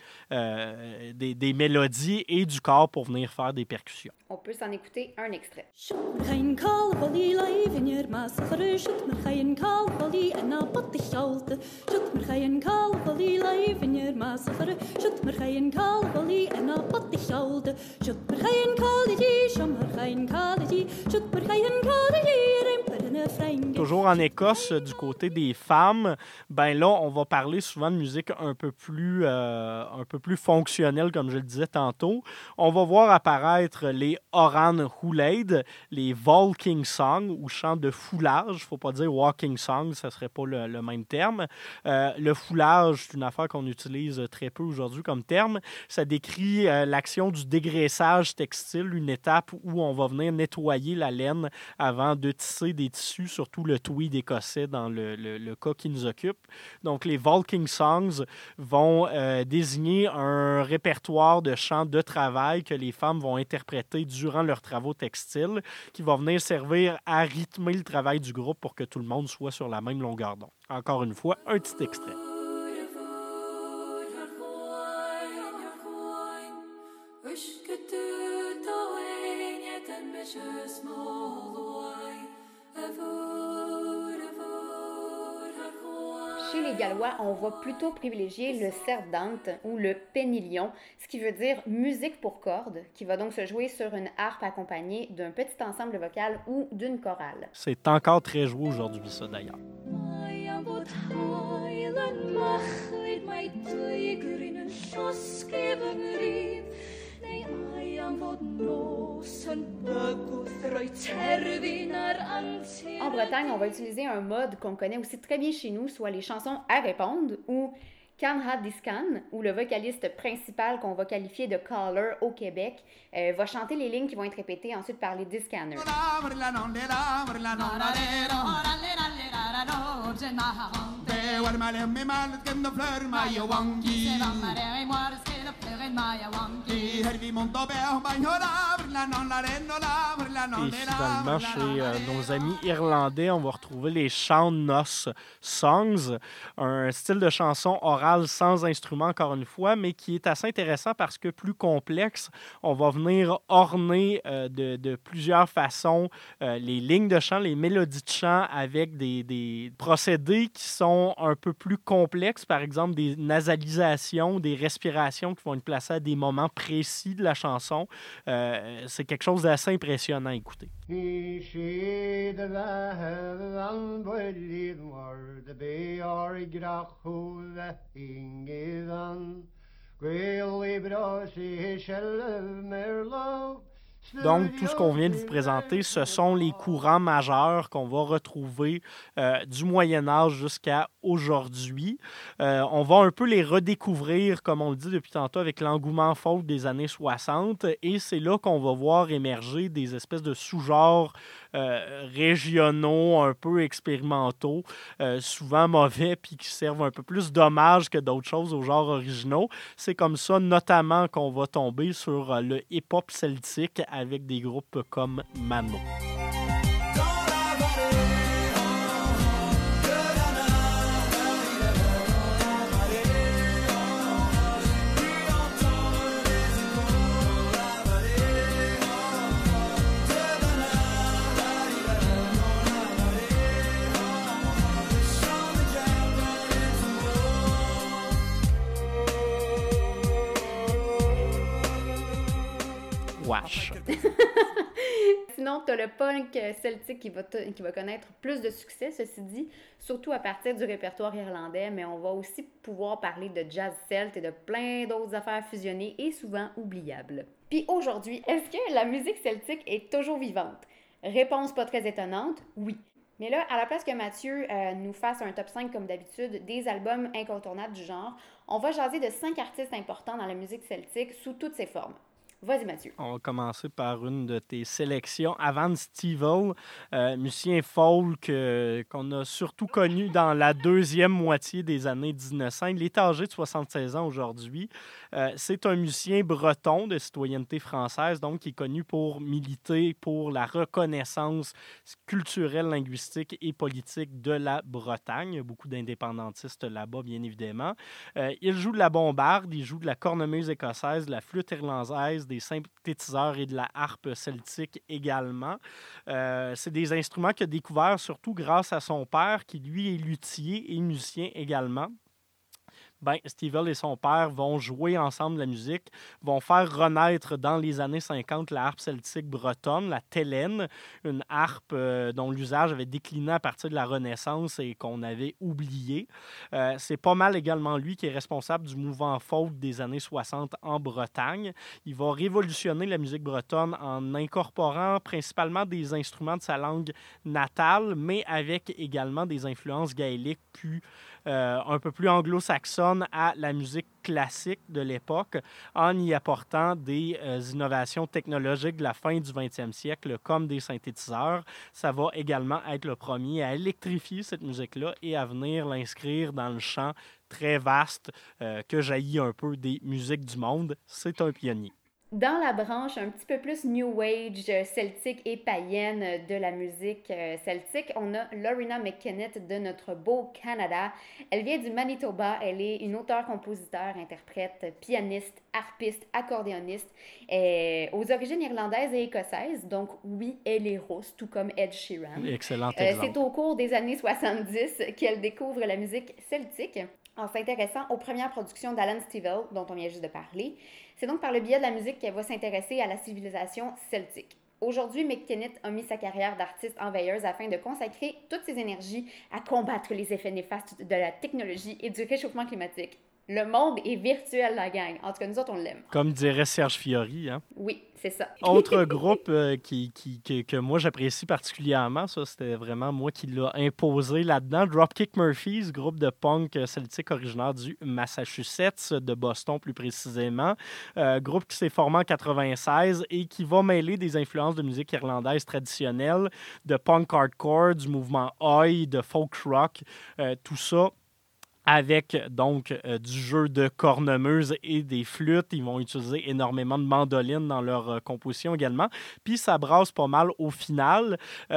des mélodies et du corps pour venir faire des percussions. On peut s'en écouter un extrait. Geen kalvali live in your massacre. Shut me geen kalvali en a pot de schalte. Shut me geen kalvali live in your massacre. Shut me geen kalvali en a pot de schalte. Shut me geen kalvali, shut me geen kalvali. Shut me geen kalvali, toujours en Écosse, du côté des femmes, ben là, on va parler souvent de musique un peu plus fonctionnelle, comme je le disais tantôt. On va voir apparaître les Oran Hulaid, les Walking Songs, ou chants de foulage. Il ne faut pas dire Walking Songs, ça ne serait pas le même terme. Le foulage, c'est une affaire qu'on utilise très peu aujourd'hui comme terme. Ça décrit l'action du dégraissage textile, une étape où on va venir nettoyer la laine avant de tisser des tissus, surtout le tweed écossais dans le cas qui nous occupe. Donc, les Walking Songs vont désigner un répertoire de chants de travail que les femmes vont interpréter durant leurs travaux textiles, qui va venir servir à rythmer le travail du groupe pour que tout le monde soit sur la même longueur d'onde. Encore une fois, un petit extrait. Chez les Gallois, on va plutôt privilégier le serdant ou le pennillion, ce qui veut dire musique pour cordes, qui va donc se jouer sur une harpe accompagnée d'un petit ensemble vocal ou d'une chorale. C'est encore très joué aujourd'hui, ça, d'ailleurs. En Bretagne, on va utiliser un mode qu'on connaît aussi très bien chez nous, soit les chansons à répondre ou Can ha discan, où le vocaliste principal qu'on va qualifier de caller au Québec va chanter les lignes qui vont être répétées ensuite par les discanners. Et finalement, chez nos amis irlandais, on va retrouver les chants de noces songs, un style de chanson orale sans instrument, encore une fois, mais qui est assez intéressant parce que plus complexe, on va venir orner de plusieurs façons les lignes de chant, les mélodies de chant avec des procédés qui sont un peu plus complexes, par exemple des nasalisations, des respirations qui vont être placées à des moments précis de la chanson. C'est quelque chose d'assez impressionnant à écouter. Donc, tout ce qu'on vient de vous présenter, ce sont les courants majeurs qu'on va retrouver du Moyen Âge jusqu'à aujourd'hui. On va un peu les redécouvrir, comme on le dit depuis tantôt, avec l'engouement folk des années 60. Et c'est là qu'on va voir émerger des espèces de sous-genres régionaux, un peu expérimentaux, souvent mauvais, puis qui servent un peu plus d'hommage que d'autres choses aux genres originaux. C'est comme ça, notamment, qu'on va tomber sur le hip-hop celtique avec des groupes comme Mano. thrash. Sinon, tu as le punk celtique qui va connaître plus de succès, ceci dit, surtout à partir du répertoire irlandais, mais on va aussi pouvoir parler de jazz celte et de plein d'autres affaires fusionnées et souvent oubliables. Puis aujourd'hui, est-ce que la musique celtique est toujours vivante? Réponse pas très étonnante, oui. Mais là, à la place que Mathieu nous fasse un top 5 comme d'habitude des albums incontournables du genre, on va jaser de 5 artistes importants dans la musique celtique sous toutes ses formes. Vas-y, Mathieu. On va commencer par une de tes sélections. Avan Stivell, musicien folk qu'on a surtout connu dans la deuxième moitié des années 1900. Il est âgé de 76 ans aujourd'hui. C'est un musicien breton de citoyenneté française, donc qui est connu pour militer pour la reconnaissance culturelle, linguistique et politique de la Bretagne. Il y a beaucoup d'indépendantistes là-bas, bien évidemment. Il joue de la bombarde, il joue de la cornemuse écossaise, de la flûte irlandaise, des synthétiseurs et de la harpe celtique également. C'est des instruments qu'il a découverts surtout grâce à son père, qui lui est luthier et musicien également. Stivell et son père vont jouer ensemble la musique, vont faire renaître dans les années 50 la harpe celtique bretonne, la télène, une harpe dont l'usage avait décliné à partir de la Renaissance et qu'on avait oublié. C'est pas mal également lui qui est responsable du mouvement folk des années 60 en Bretagne. Il va révolutionner la musique bretonne en incorporant principalement des instruments de sa langue natale, mais avec également des influences gaéliques puis un peu plus anglo-saxonne à la musique classique de l'époque, en y apportant des innovations technologiques de la fin du 20e siècle, comme des synthétiseurs. Ça va également être le premier à électrifier cette musique-là et à venir l'inscrire dans le champ très vaste que jaillit un peu des musiques du monde. C'est un pionnier. Dans la branche un petit peu plus New Age, celtique et païenne de la musique celtique, on a Lorena McKennett de notre beau Canada. Elle vient du Manitoba. Elle est une auteure, compositeur, interprète, pianiste, harpiste, accordéoniste, aux origines irlandaises et écossaises. Donc oui, elle est rousse, tout comme Ed Sheeran. Excellent exemple. C'est au cours des années 70 qu'elle découvre la musique celtique en s'intéressant aux premières productions d'Alan Stivell, dont on vient juste de parler. C'est donc par le biais de la musique qu'elle va s'intéresser à la civilisation celtique. Aujourd'hui, McKennett a mis sa carrière d'artiste en veilleuse afin de consacrer toutes ses énergies à combattre les effets néfastes de la technologie et du réchauffement climatique. Le monde est virtuel, la gang. En tout cas, nous autres, on l'aime. Comme dirait Serge Fiori, hein? Oui, c'est ça. Autre groupe que moi, j'apprécie particulièrement, ça, c'était vraiment moi qui l'a imposé là-dedans. Dropkick Murphys, groupe de punk celtique originaire du Massachusetts, de Boston plus précisément. Groupe qui s'est formé en 1996 et qui va mêler des influences de musique irlandaise traditionnelle, de punk hardcore, du mouvement oi, de folk rock, tout ça avec donc du jeu de cornemuse et des flûtes. Ils vont utiliser énormément de mandolines dans leur composition également. Puis ça brasse pas mal au final.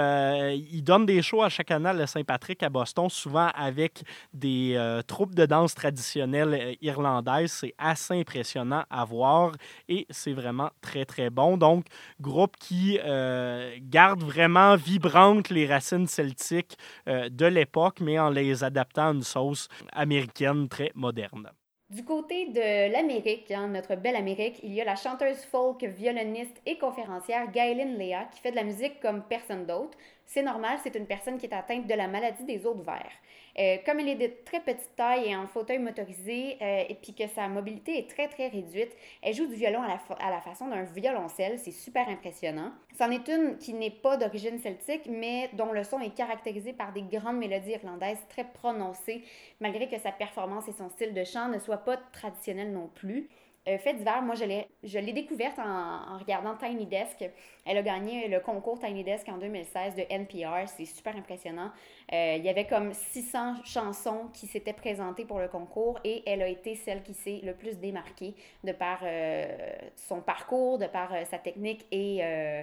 Ils donnent des shows à chaque année à la Saint-Patrick à Boston, souvent avec des troupes de danse traditionnelles irlandaises. C'est assez impressionnant à voir et c'est vraiment très, très bon. Donc, groupe qui garde vraiment vibrantes les racines celtiques de l'époque, mais en les adaptant à une sauce américaine très moderne. Du côté de l'Amérique, notre belle Amérique, il y a la chanteuse folk, violoniste et conférencière Gaylen Lea qui fait de la musique comme personne d'autre. C'est normal, c'est une personne qui est atteinte de la maladie des os de verre. Comme elle est de très petite taille et en fauteuil motorisé, et puis que sa mobilité est très très réduite, elle joue du violon à la façon d'un violoncelle. C'est super impressionnant. C'en est une qui n'est pas d'origine celtique, mais dont le son est caractérisé par des grandes mélodies irlandaises très prononcées, malgré que sa performance et son style de chant ne soient pas traditionnels non plus. Fait divers, moi je l'ai découverte en regardant Tiny Desk. Elle a gagné le concours Tiny Desk en 2016 de NPR, c'est super impressionnant. Il y avait comme 600 chansons qui s'étaient présentées pour le concours et elle a été celle qui s'est le plus démarquée de par son parcours, de par sa technique et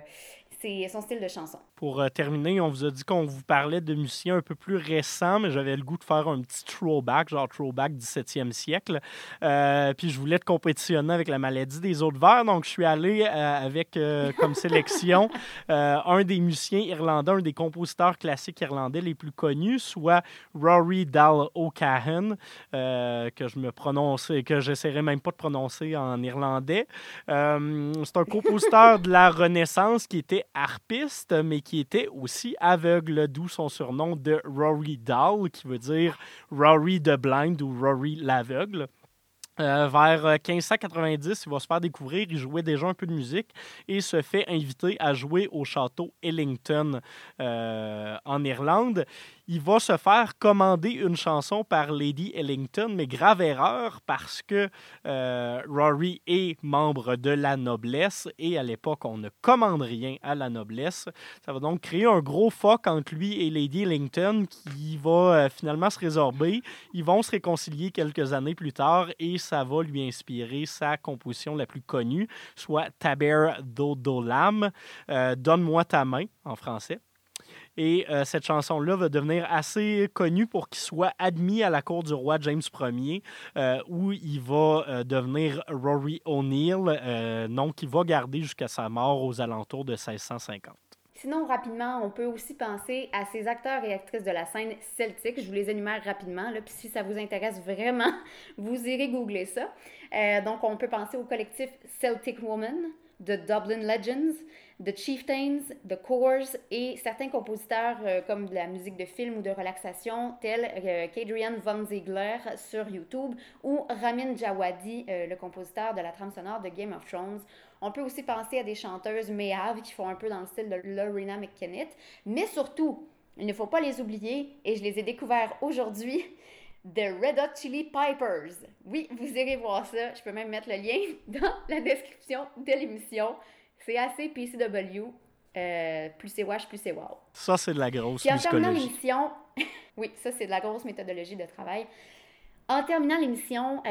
son style de chanson. Pour terminer, on vous a dit qu'on vous parlait de musiciens un peu plus récents, mais j'avais le goût de faire un petit throwback, genre throwback 17e siècle. Puis je voulais de compétition fonctionner avec la maladie des eaux de verre. Donc, je suis allé avec comme sélection un des musiciens irlandais, un des compositeurs classiques irlandais les plus connus, soit Rory Dal O'Cahan, que j'essaierai même pas de prononcer en irlandais. C'est un compositeur de la Renaissance qui était harpiste, mais qui était aussi aveugle, d'où son surnom de Rory Dal, qui veut dire Rory the Blind ou Rory l'aveugle. Vers 1590, il va se faire découvrir, il jouait déjà un peu de musique et se fait inviter à jouer au château Ellington en Irlande. Il va se faire commander une chanson par Lady Ellington, mais grave erreur parce que Rory est membre de la noblesse et à l'époque, on ne commande rien à la noblesse. Ça va donc créer un gros fuck entre lui et Lady Ellington qui va finalement se résorber. Ils vont se réconcilier quelques années plus tard et ça va lui inspirer sa composition la plus connue, soit Taber Dodolam, Donne-moi ta main en français. Et cette chanson-là va devenir assez connue pour qu'il soit admis à la cour du roi James Ier, où il va devenir Rory O'Neill, nom qu'il va garder jusqu'à sa mort aux alentours de 1650. Sinon, rapidement, on peut aussi penser à ces acteurs et actrices de la scène celtique. Je vous les énumère rapidement, là, puis si ça vous intéresse vraiment, vous irez googler ça. Donc, on peut penser au collectif Celtic Woman, The Dublin Legends, The Chieftains, The Corrs et certains compositeurs comme de la musique de film ou de relaxation tels qu'Adrian Von Ziegler sur YouTube ou Ramin Djawadi, le compositeur de la trame sonore de Game of Thrones. On peut aussi penser à des chanteuses méaves qui font un peu dans le style de Loreena McKennitt, mais surtout, il ne faut pas les oublier et je les ai découverts aujourd'hui, The Red Hot Chili Pipers. Oui, vous irez voir ça. Je peux même mettre le lien dans la description de l'émission. C'est assez PCW. Plus c'est wash, plus c'est wow. Ça, c'est de la grosse Puis en musicologie. terminant l'émission... oui, ça, c'est de la grosse méthodologie de travail. En terminant l'émission,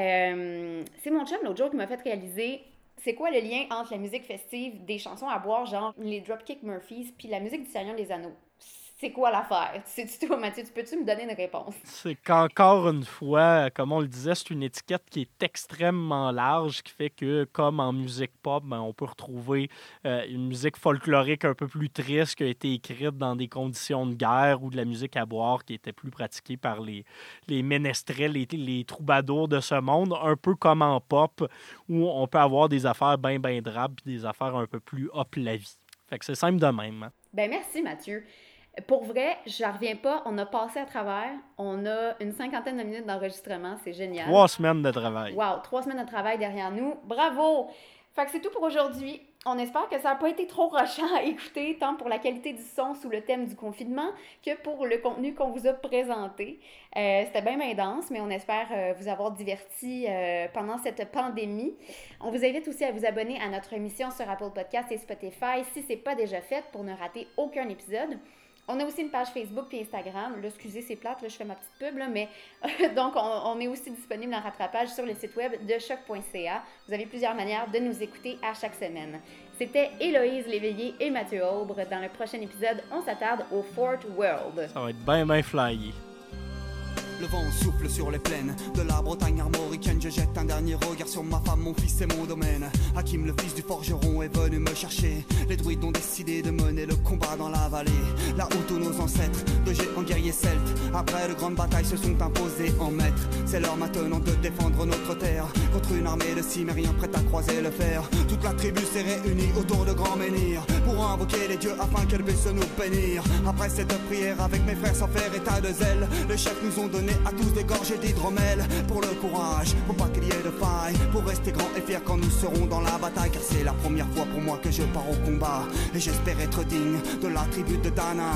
c'est mon chum l'autre jour qui m'a fait réaliser c'est quoi le lien entre la musique festive, des chansons à boire, genre les Dropkick Murphys, puis la musique du Seigneur des Anneaux. C'est quoi l'affaire? Sais-tu toi, Mathieu? Peux-tu me donner une réponse? C'est qu'encore une fois, comme on le disait, c'est une étiquette qui est extrêmement large, qui fait que, comme en musique pop, on peut retrouver une musique folklorique un peu plus triste qui a été écrite dans des conditions de guerre ou de la musique à boire qui était plus pratiquée par les ménestrels, les troubadours de ce monde, un peu comme en pop, où on peut avoir des affaires bien drab puis des affaires un peu plus hop la vie. Fait que c'est simple de même. Hein? Ben merci, Mathieu. Pour vrai, je n'en reviens pas. On a passé à travers. On a une 50aine de minutes d'enregistrement. C'est génial. 3 semaines de travail. Wow, 3 semaines de travail derrière nous. Bravo! Fait que c'est tout pour aujourd'hui. On espère que ça n'a pas été trop rushant à écouter, tant pour la qualité du son sous le thème du confinement que pour le contenu qu'on vous a présenté. C'était bien dense, mais on espère vous avoir diverti pendant cette pandémie. On vous invite aussi à vous abonner à notre émission sur Apple Podcasts et Spotify si ce n'est pas déjà fait pour ne rater aucun épisode. On a aussi une page Facebook et Instagram. Là, excusez, c'est plate, là, je fais ma petite pub, là, mais donc on est aussi disponible en rattrapage sur le site web de choc.ca. Vous avez plusieurs manières de nous écouter à chaque semaine. C'était Héloïse Léveillé et Mathieu Aubre. Dans le prochain épisode, on s'attarde au Fort World. Ça va être bien flyé. Le vent souffle sur les plaines de la Bretagne armoricaine. Je jette un dernier regard sur ma femme, mon fils et mon domaine. Hakim, le fils du forgeron, est venu me chercher. Les druides ont décidé de mener le combat dans la vallée, là où tous nos ancêtres, de géants guerriers celtes, après de grandes batailles, se sont imposés en maîtres. C'est l'heure maintenant de défendre notre terre contre une armée de cimériens prête à croiser le fer. Toute la tribu s'est réunie autour de grands menhirs pour invoquer les dieux afin qu'elle puisse nous bénir. Après cette prière avec mes frères sans faire état de zèle, les chefs nous ont donné à tous des gorgées d'hydromel. Pour le courage, faut pas qu'il y ait de faille, pour rester grand et fier quand nous serons dans la bataille. Car c'est la première fois pour moi que je pars au combat, et j'espère être digne de la tribu de Dana.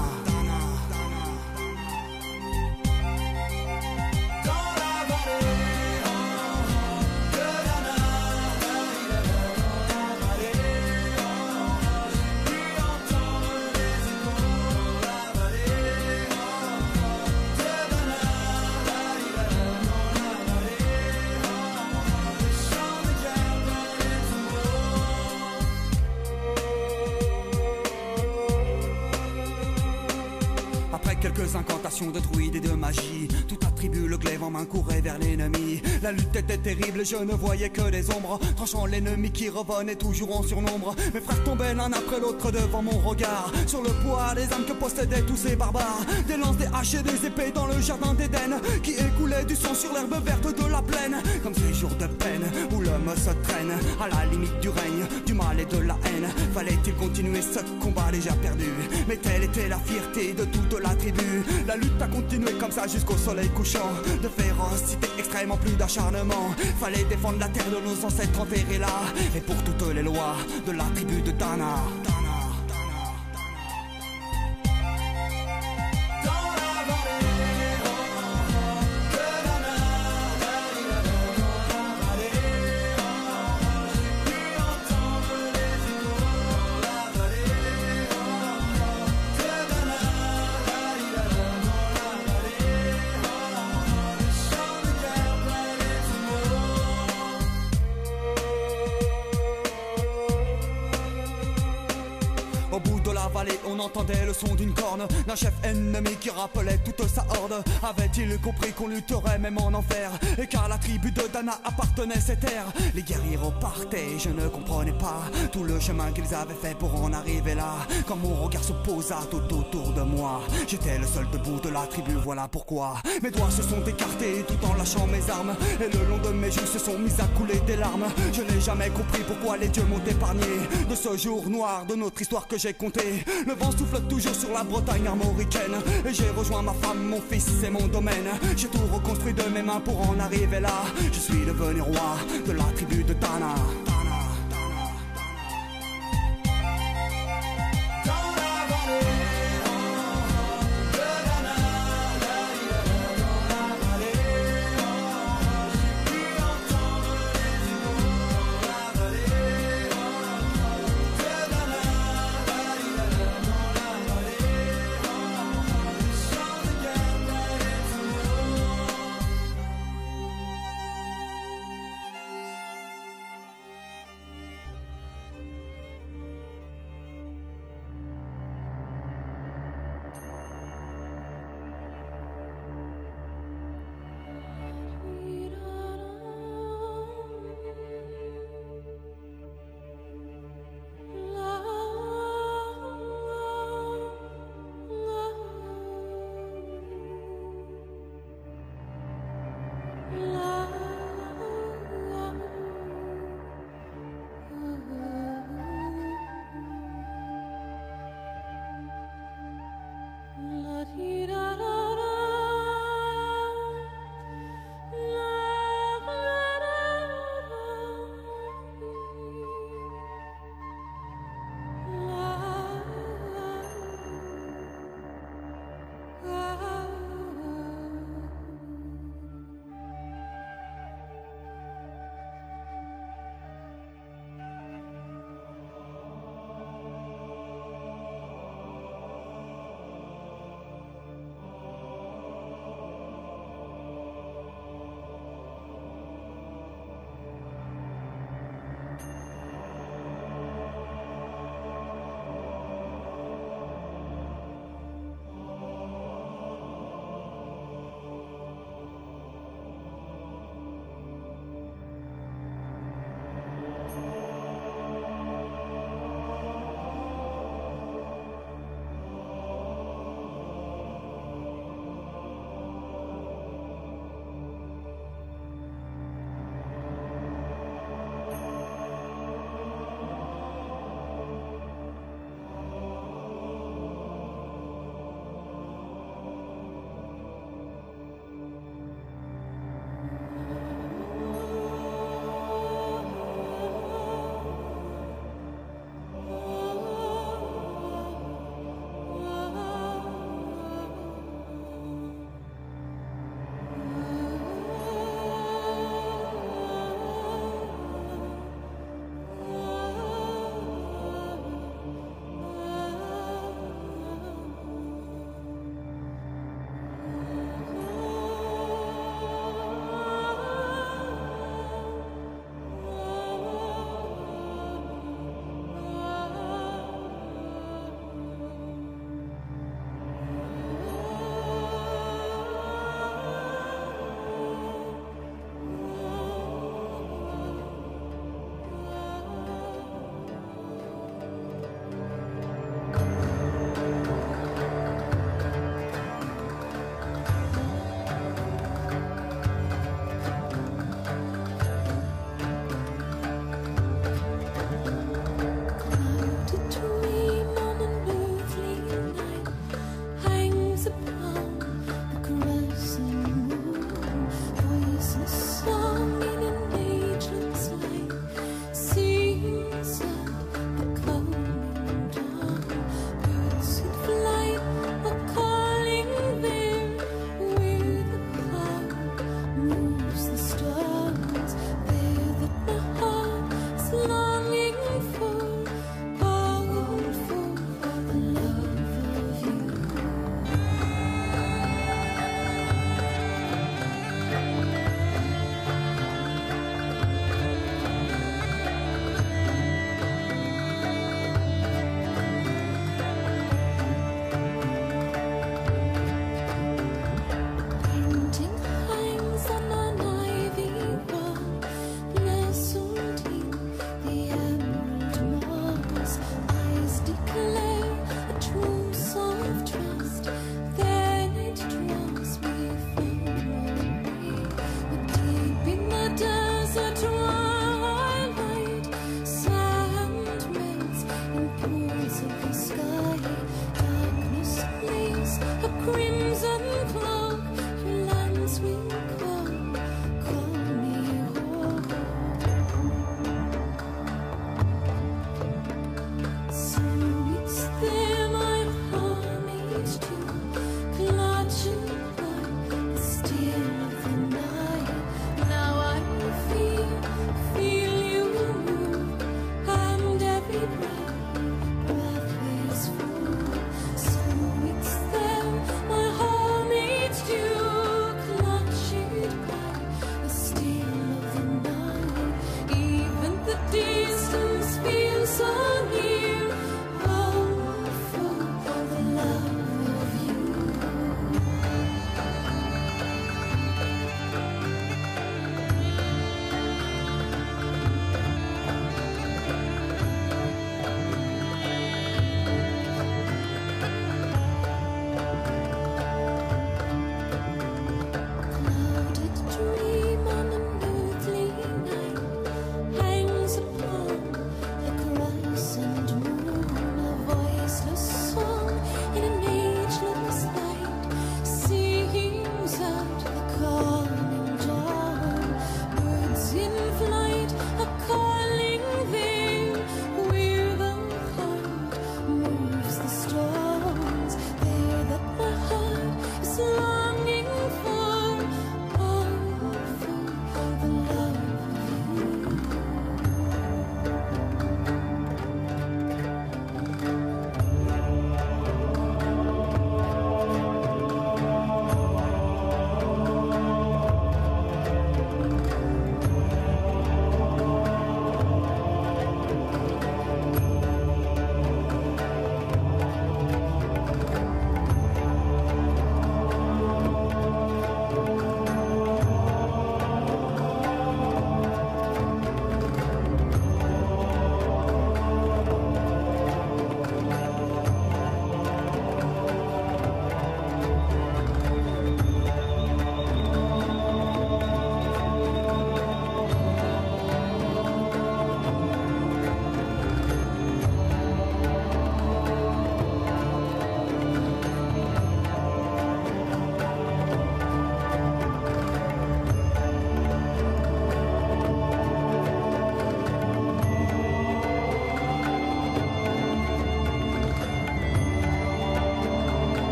Quelques incantations de druides et de magie, tout a tribu, le glaive en main courait vers l'ennemi. La lutte était terrible, je ne voyais que des ombres, tranchant l'ennemi qui revenait toujours en surnombre. Mes frères tombaient l'un après l'autre devant mon regard, sur le poids des âmes que possédaient tous ces barbares. Des lances, des haches et des épées dans le jardin d'Éden, qui écoulait du sang sur l'herbe verte de la plaine. Comme ces jours de peine où l'homme se traîne à la limite du règne, du mal et de la haine. Fallait-il continuer ce combat déjà perdu? Mais telle était la fierté de toute la tribu. La lutte a continué comme ça jusqu'au soleil couchant. De férocité extrême en plus d'acharnement. Fallait défendre la terre de nos ancêtres enterrés là. Et pour toutes les lois de la tribu de Dana. On entendait le son d'une corne d'un chef ennemi qui rappelait toute sa horde. Avait-il compris qu'on lutterait même en enfer, et qu'à la tribu de Dana appartenait ces terres? Les guerriers repartaient, je ne comprenais pas tout le chemin qu'ils avaient fait pour en arriver là. Quand mon regard se posa tout autour de moi, j'étais le seul debout de la tribu, voilà pourquoi mes doigts se sont écartés tout en lâchant mes armes, et le long de mes joues se sont mis à couler des larmes. Je n'ai jamais compris pourquoi les dieux m'ont épargné de ce jour noir de notre histoire que j'ai compté. Le vent souffle toujours sur la Bretagne armoricaine, et j'ai rejoint ma femme, mon fils et mon domaine. J'ai tout reconstruit de mes mains pour en arriver là. Je suis devenu roi de la tribu de Dana.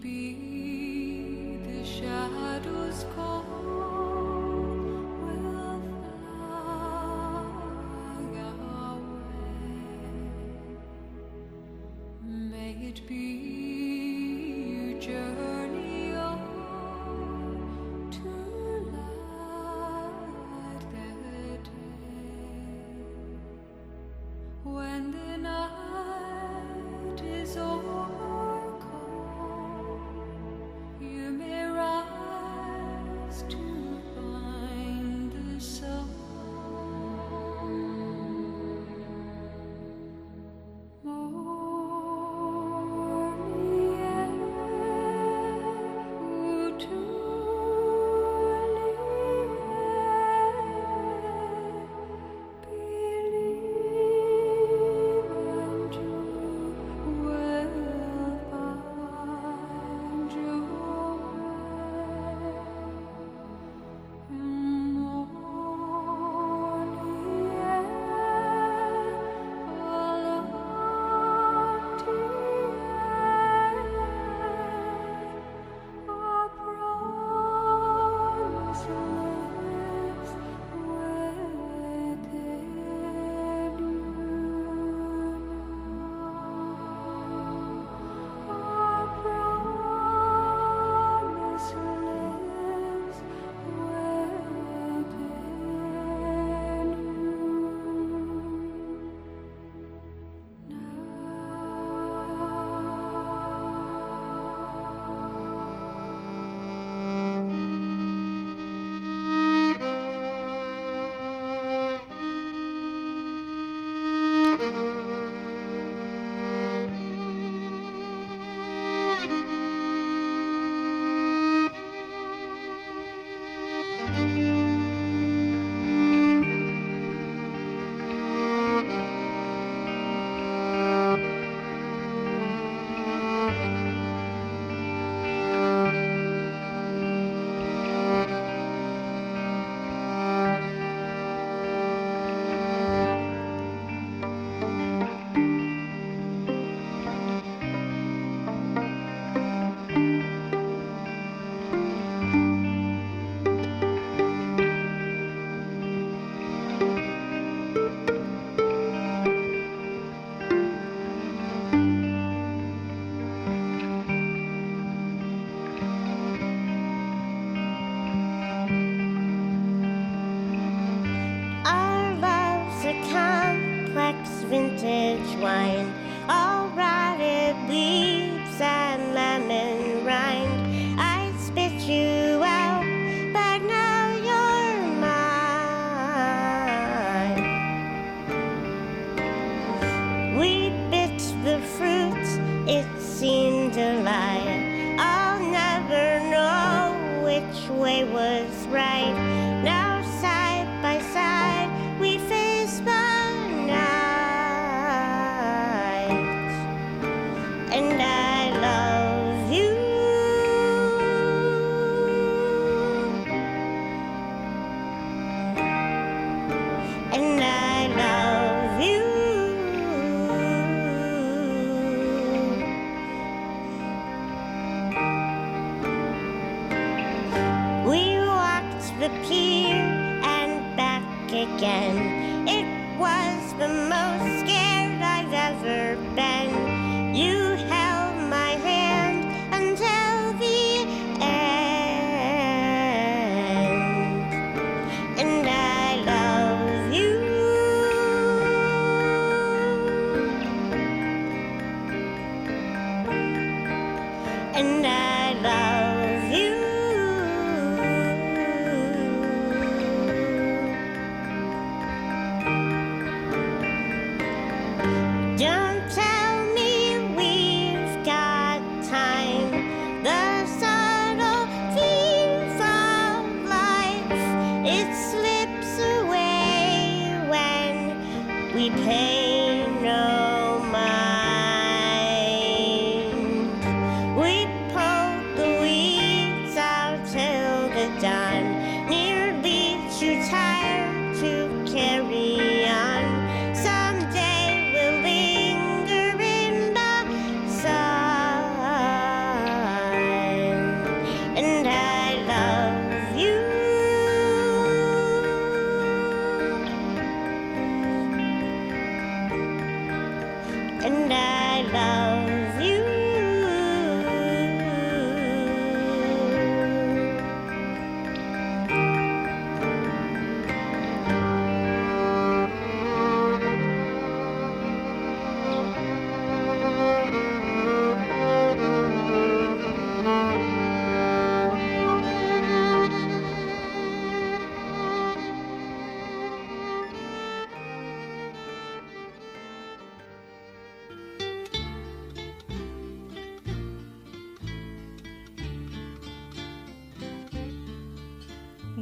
be the shadows call will fly away. May it be you journey on to light the day. When the night is over cold, you may rise to find the sun. Morning air, vintage wine, all rotted leaves and lemon rind. I spit you out, but now you're mine. We bit the fruit, it seemed a lie. I'll never know which way was right. Now side by side we face the night, and I love you, and I love you. We walked the pier and back again. It was the most scared I've ever been. You held my hand until the end, and I love you, and I love you. Don't tell me we've got time. The subtleties of life, it slips away when we pay no mind. We pulled the wheel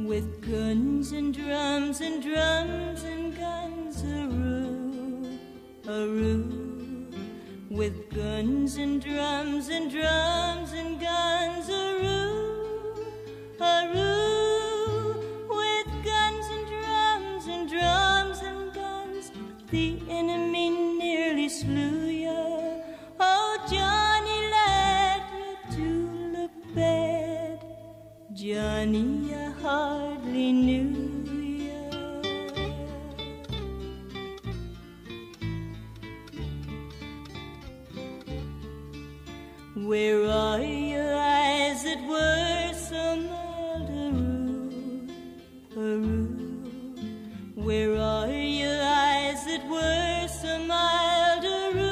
with guns and drums and drums and guns, with guns and drums and drums and guns, with guns and drums and drums and guns, the enemy nearly slew ya. Oh, Johnny, lad, you do look bad. Johnny, I hardly knew ya. Where are your eyes that were so mild, Where are your eyes that were so mild,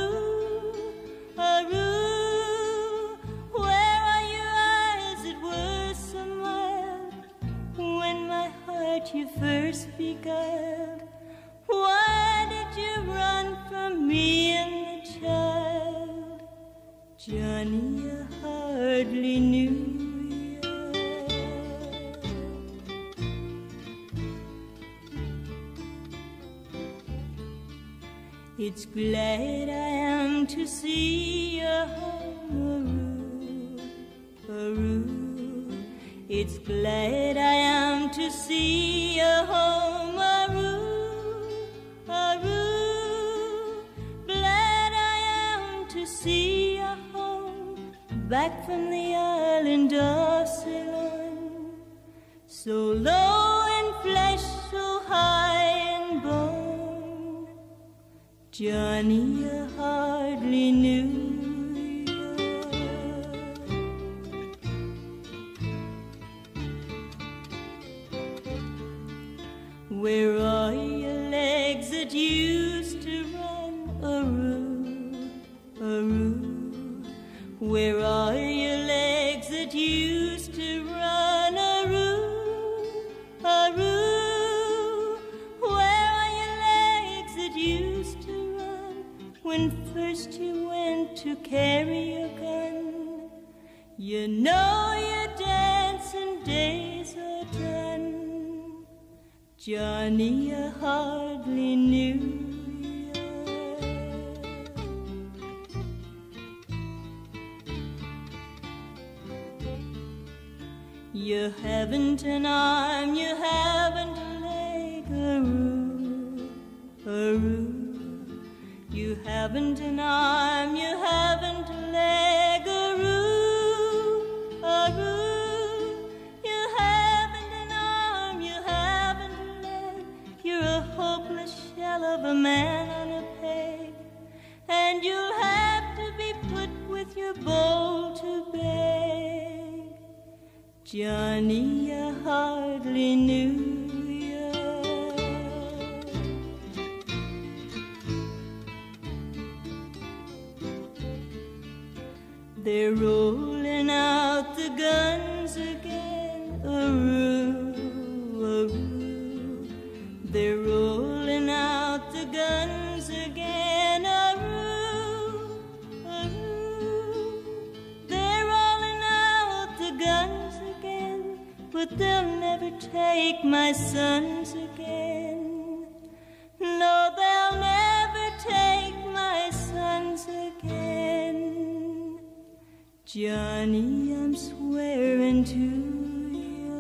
Where are your eyes that were so mild, when my heart you first beguiled? Why did you run from me and the child? Johnny, I hardly knew ya. It's glad I am to see ya home, It's glad I am to see ya home, Glad I am to see ya home, back from the island of Ceylon, so low in flesh, so high in bone. Johnny, I hardly knew ya. Where are your legs that used to run, Where are your legs that used to run, Where are your legs that used to run, when first you went to carry your gun? You know your dancing days are done. Johnny, I hardly knew ya. You haven't an arm, you haven't a leg, You haven't an arm, you haven't a leg, You haven't an arm, you haven't a leg. You're a hopeless shell of a man on a peg, and you'll have to be put with your bowl to beg. Johnny, I hardly knew ya. They're rolling out the guns again, They're rolling out the guns again, They're rolling out the guns again, but they'll never take my sons again. No, they'll never take my sons again. Johnny, I'm swearing to ya.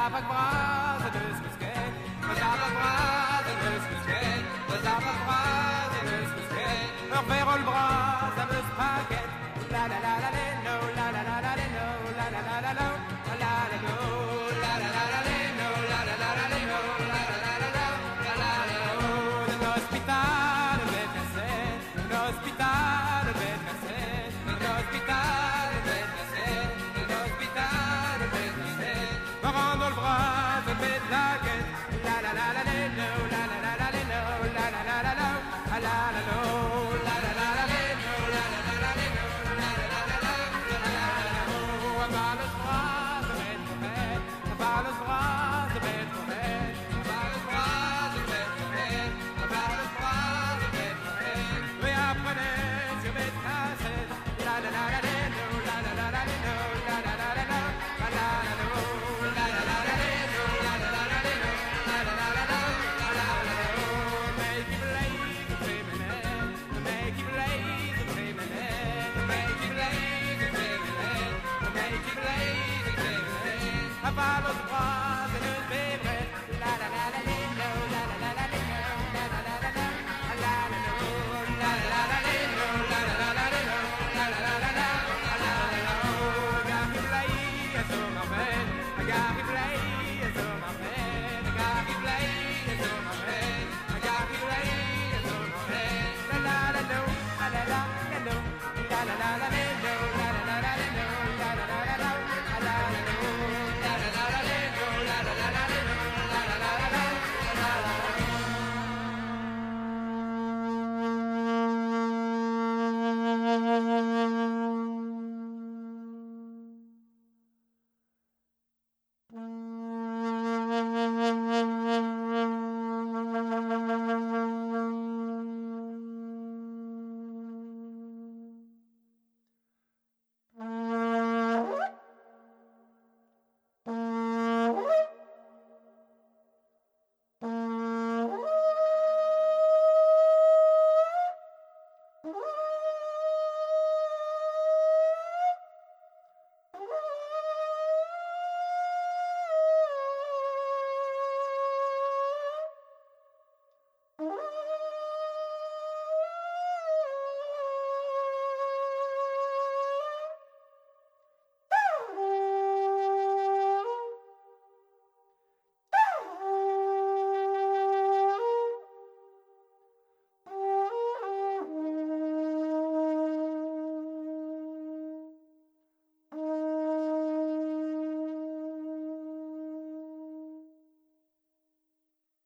Follow the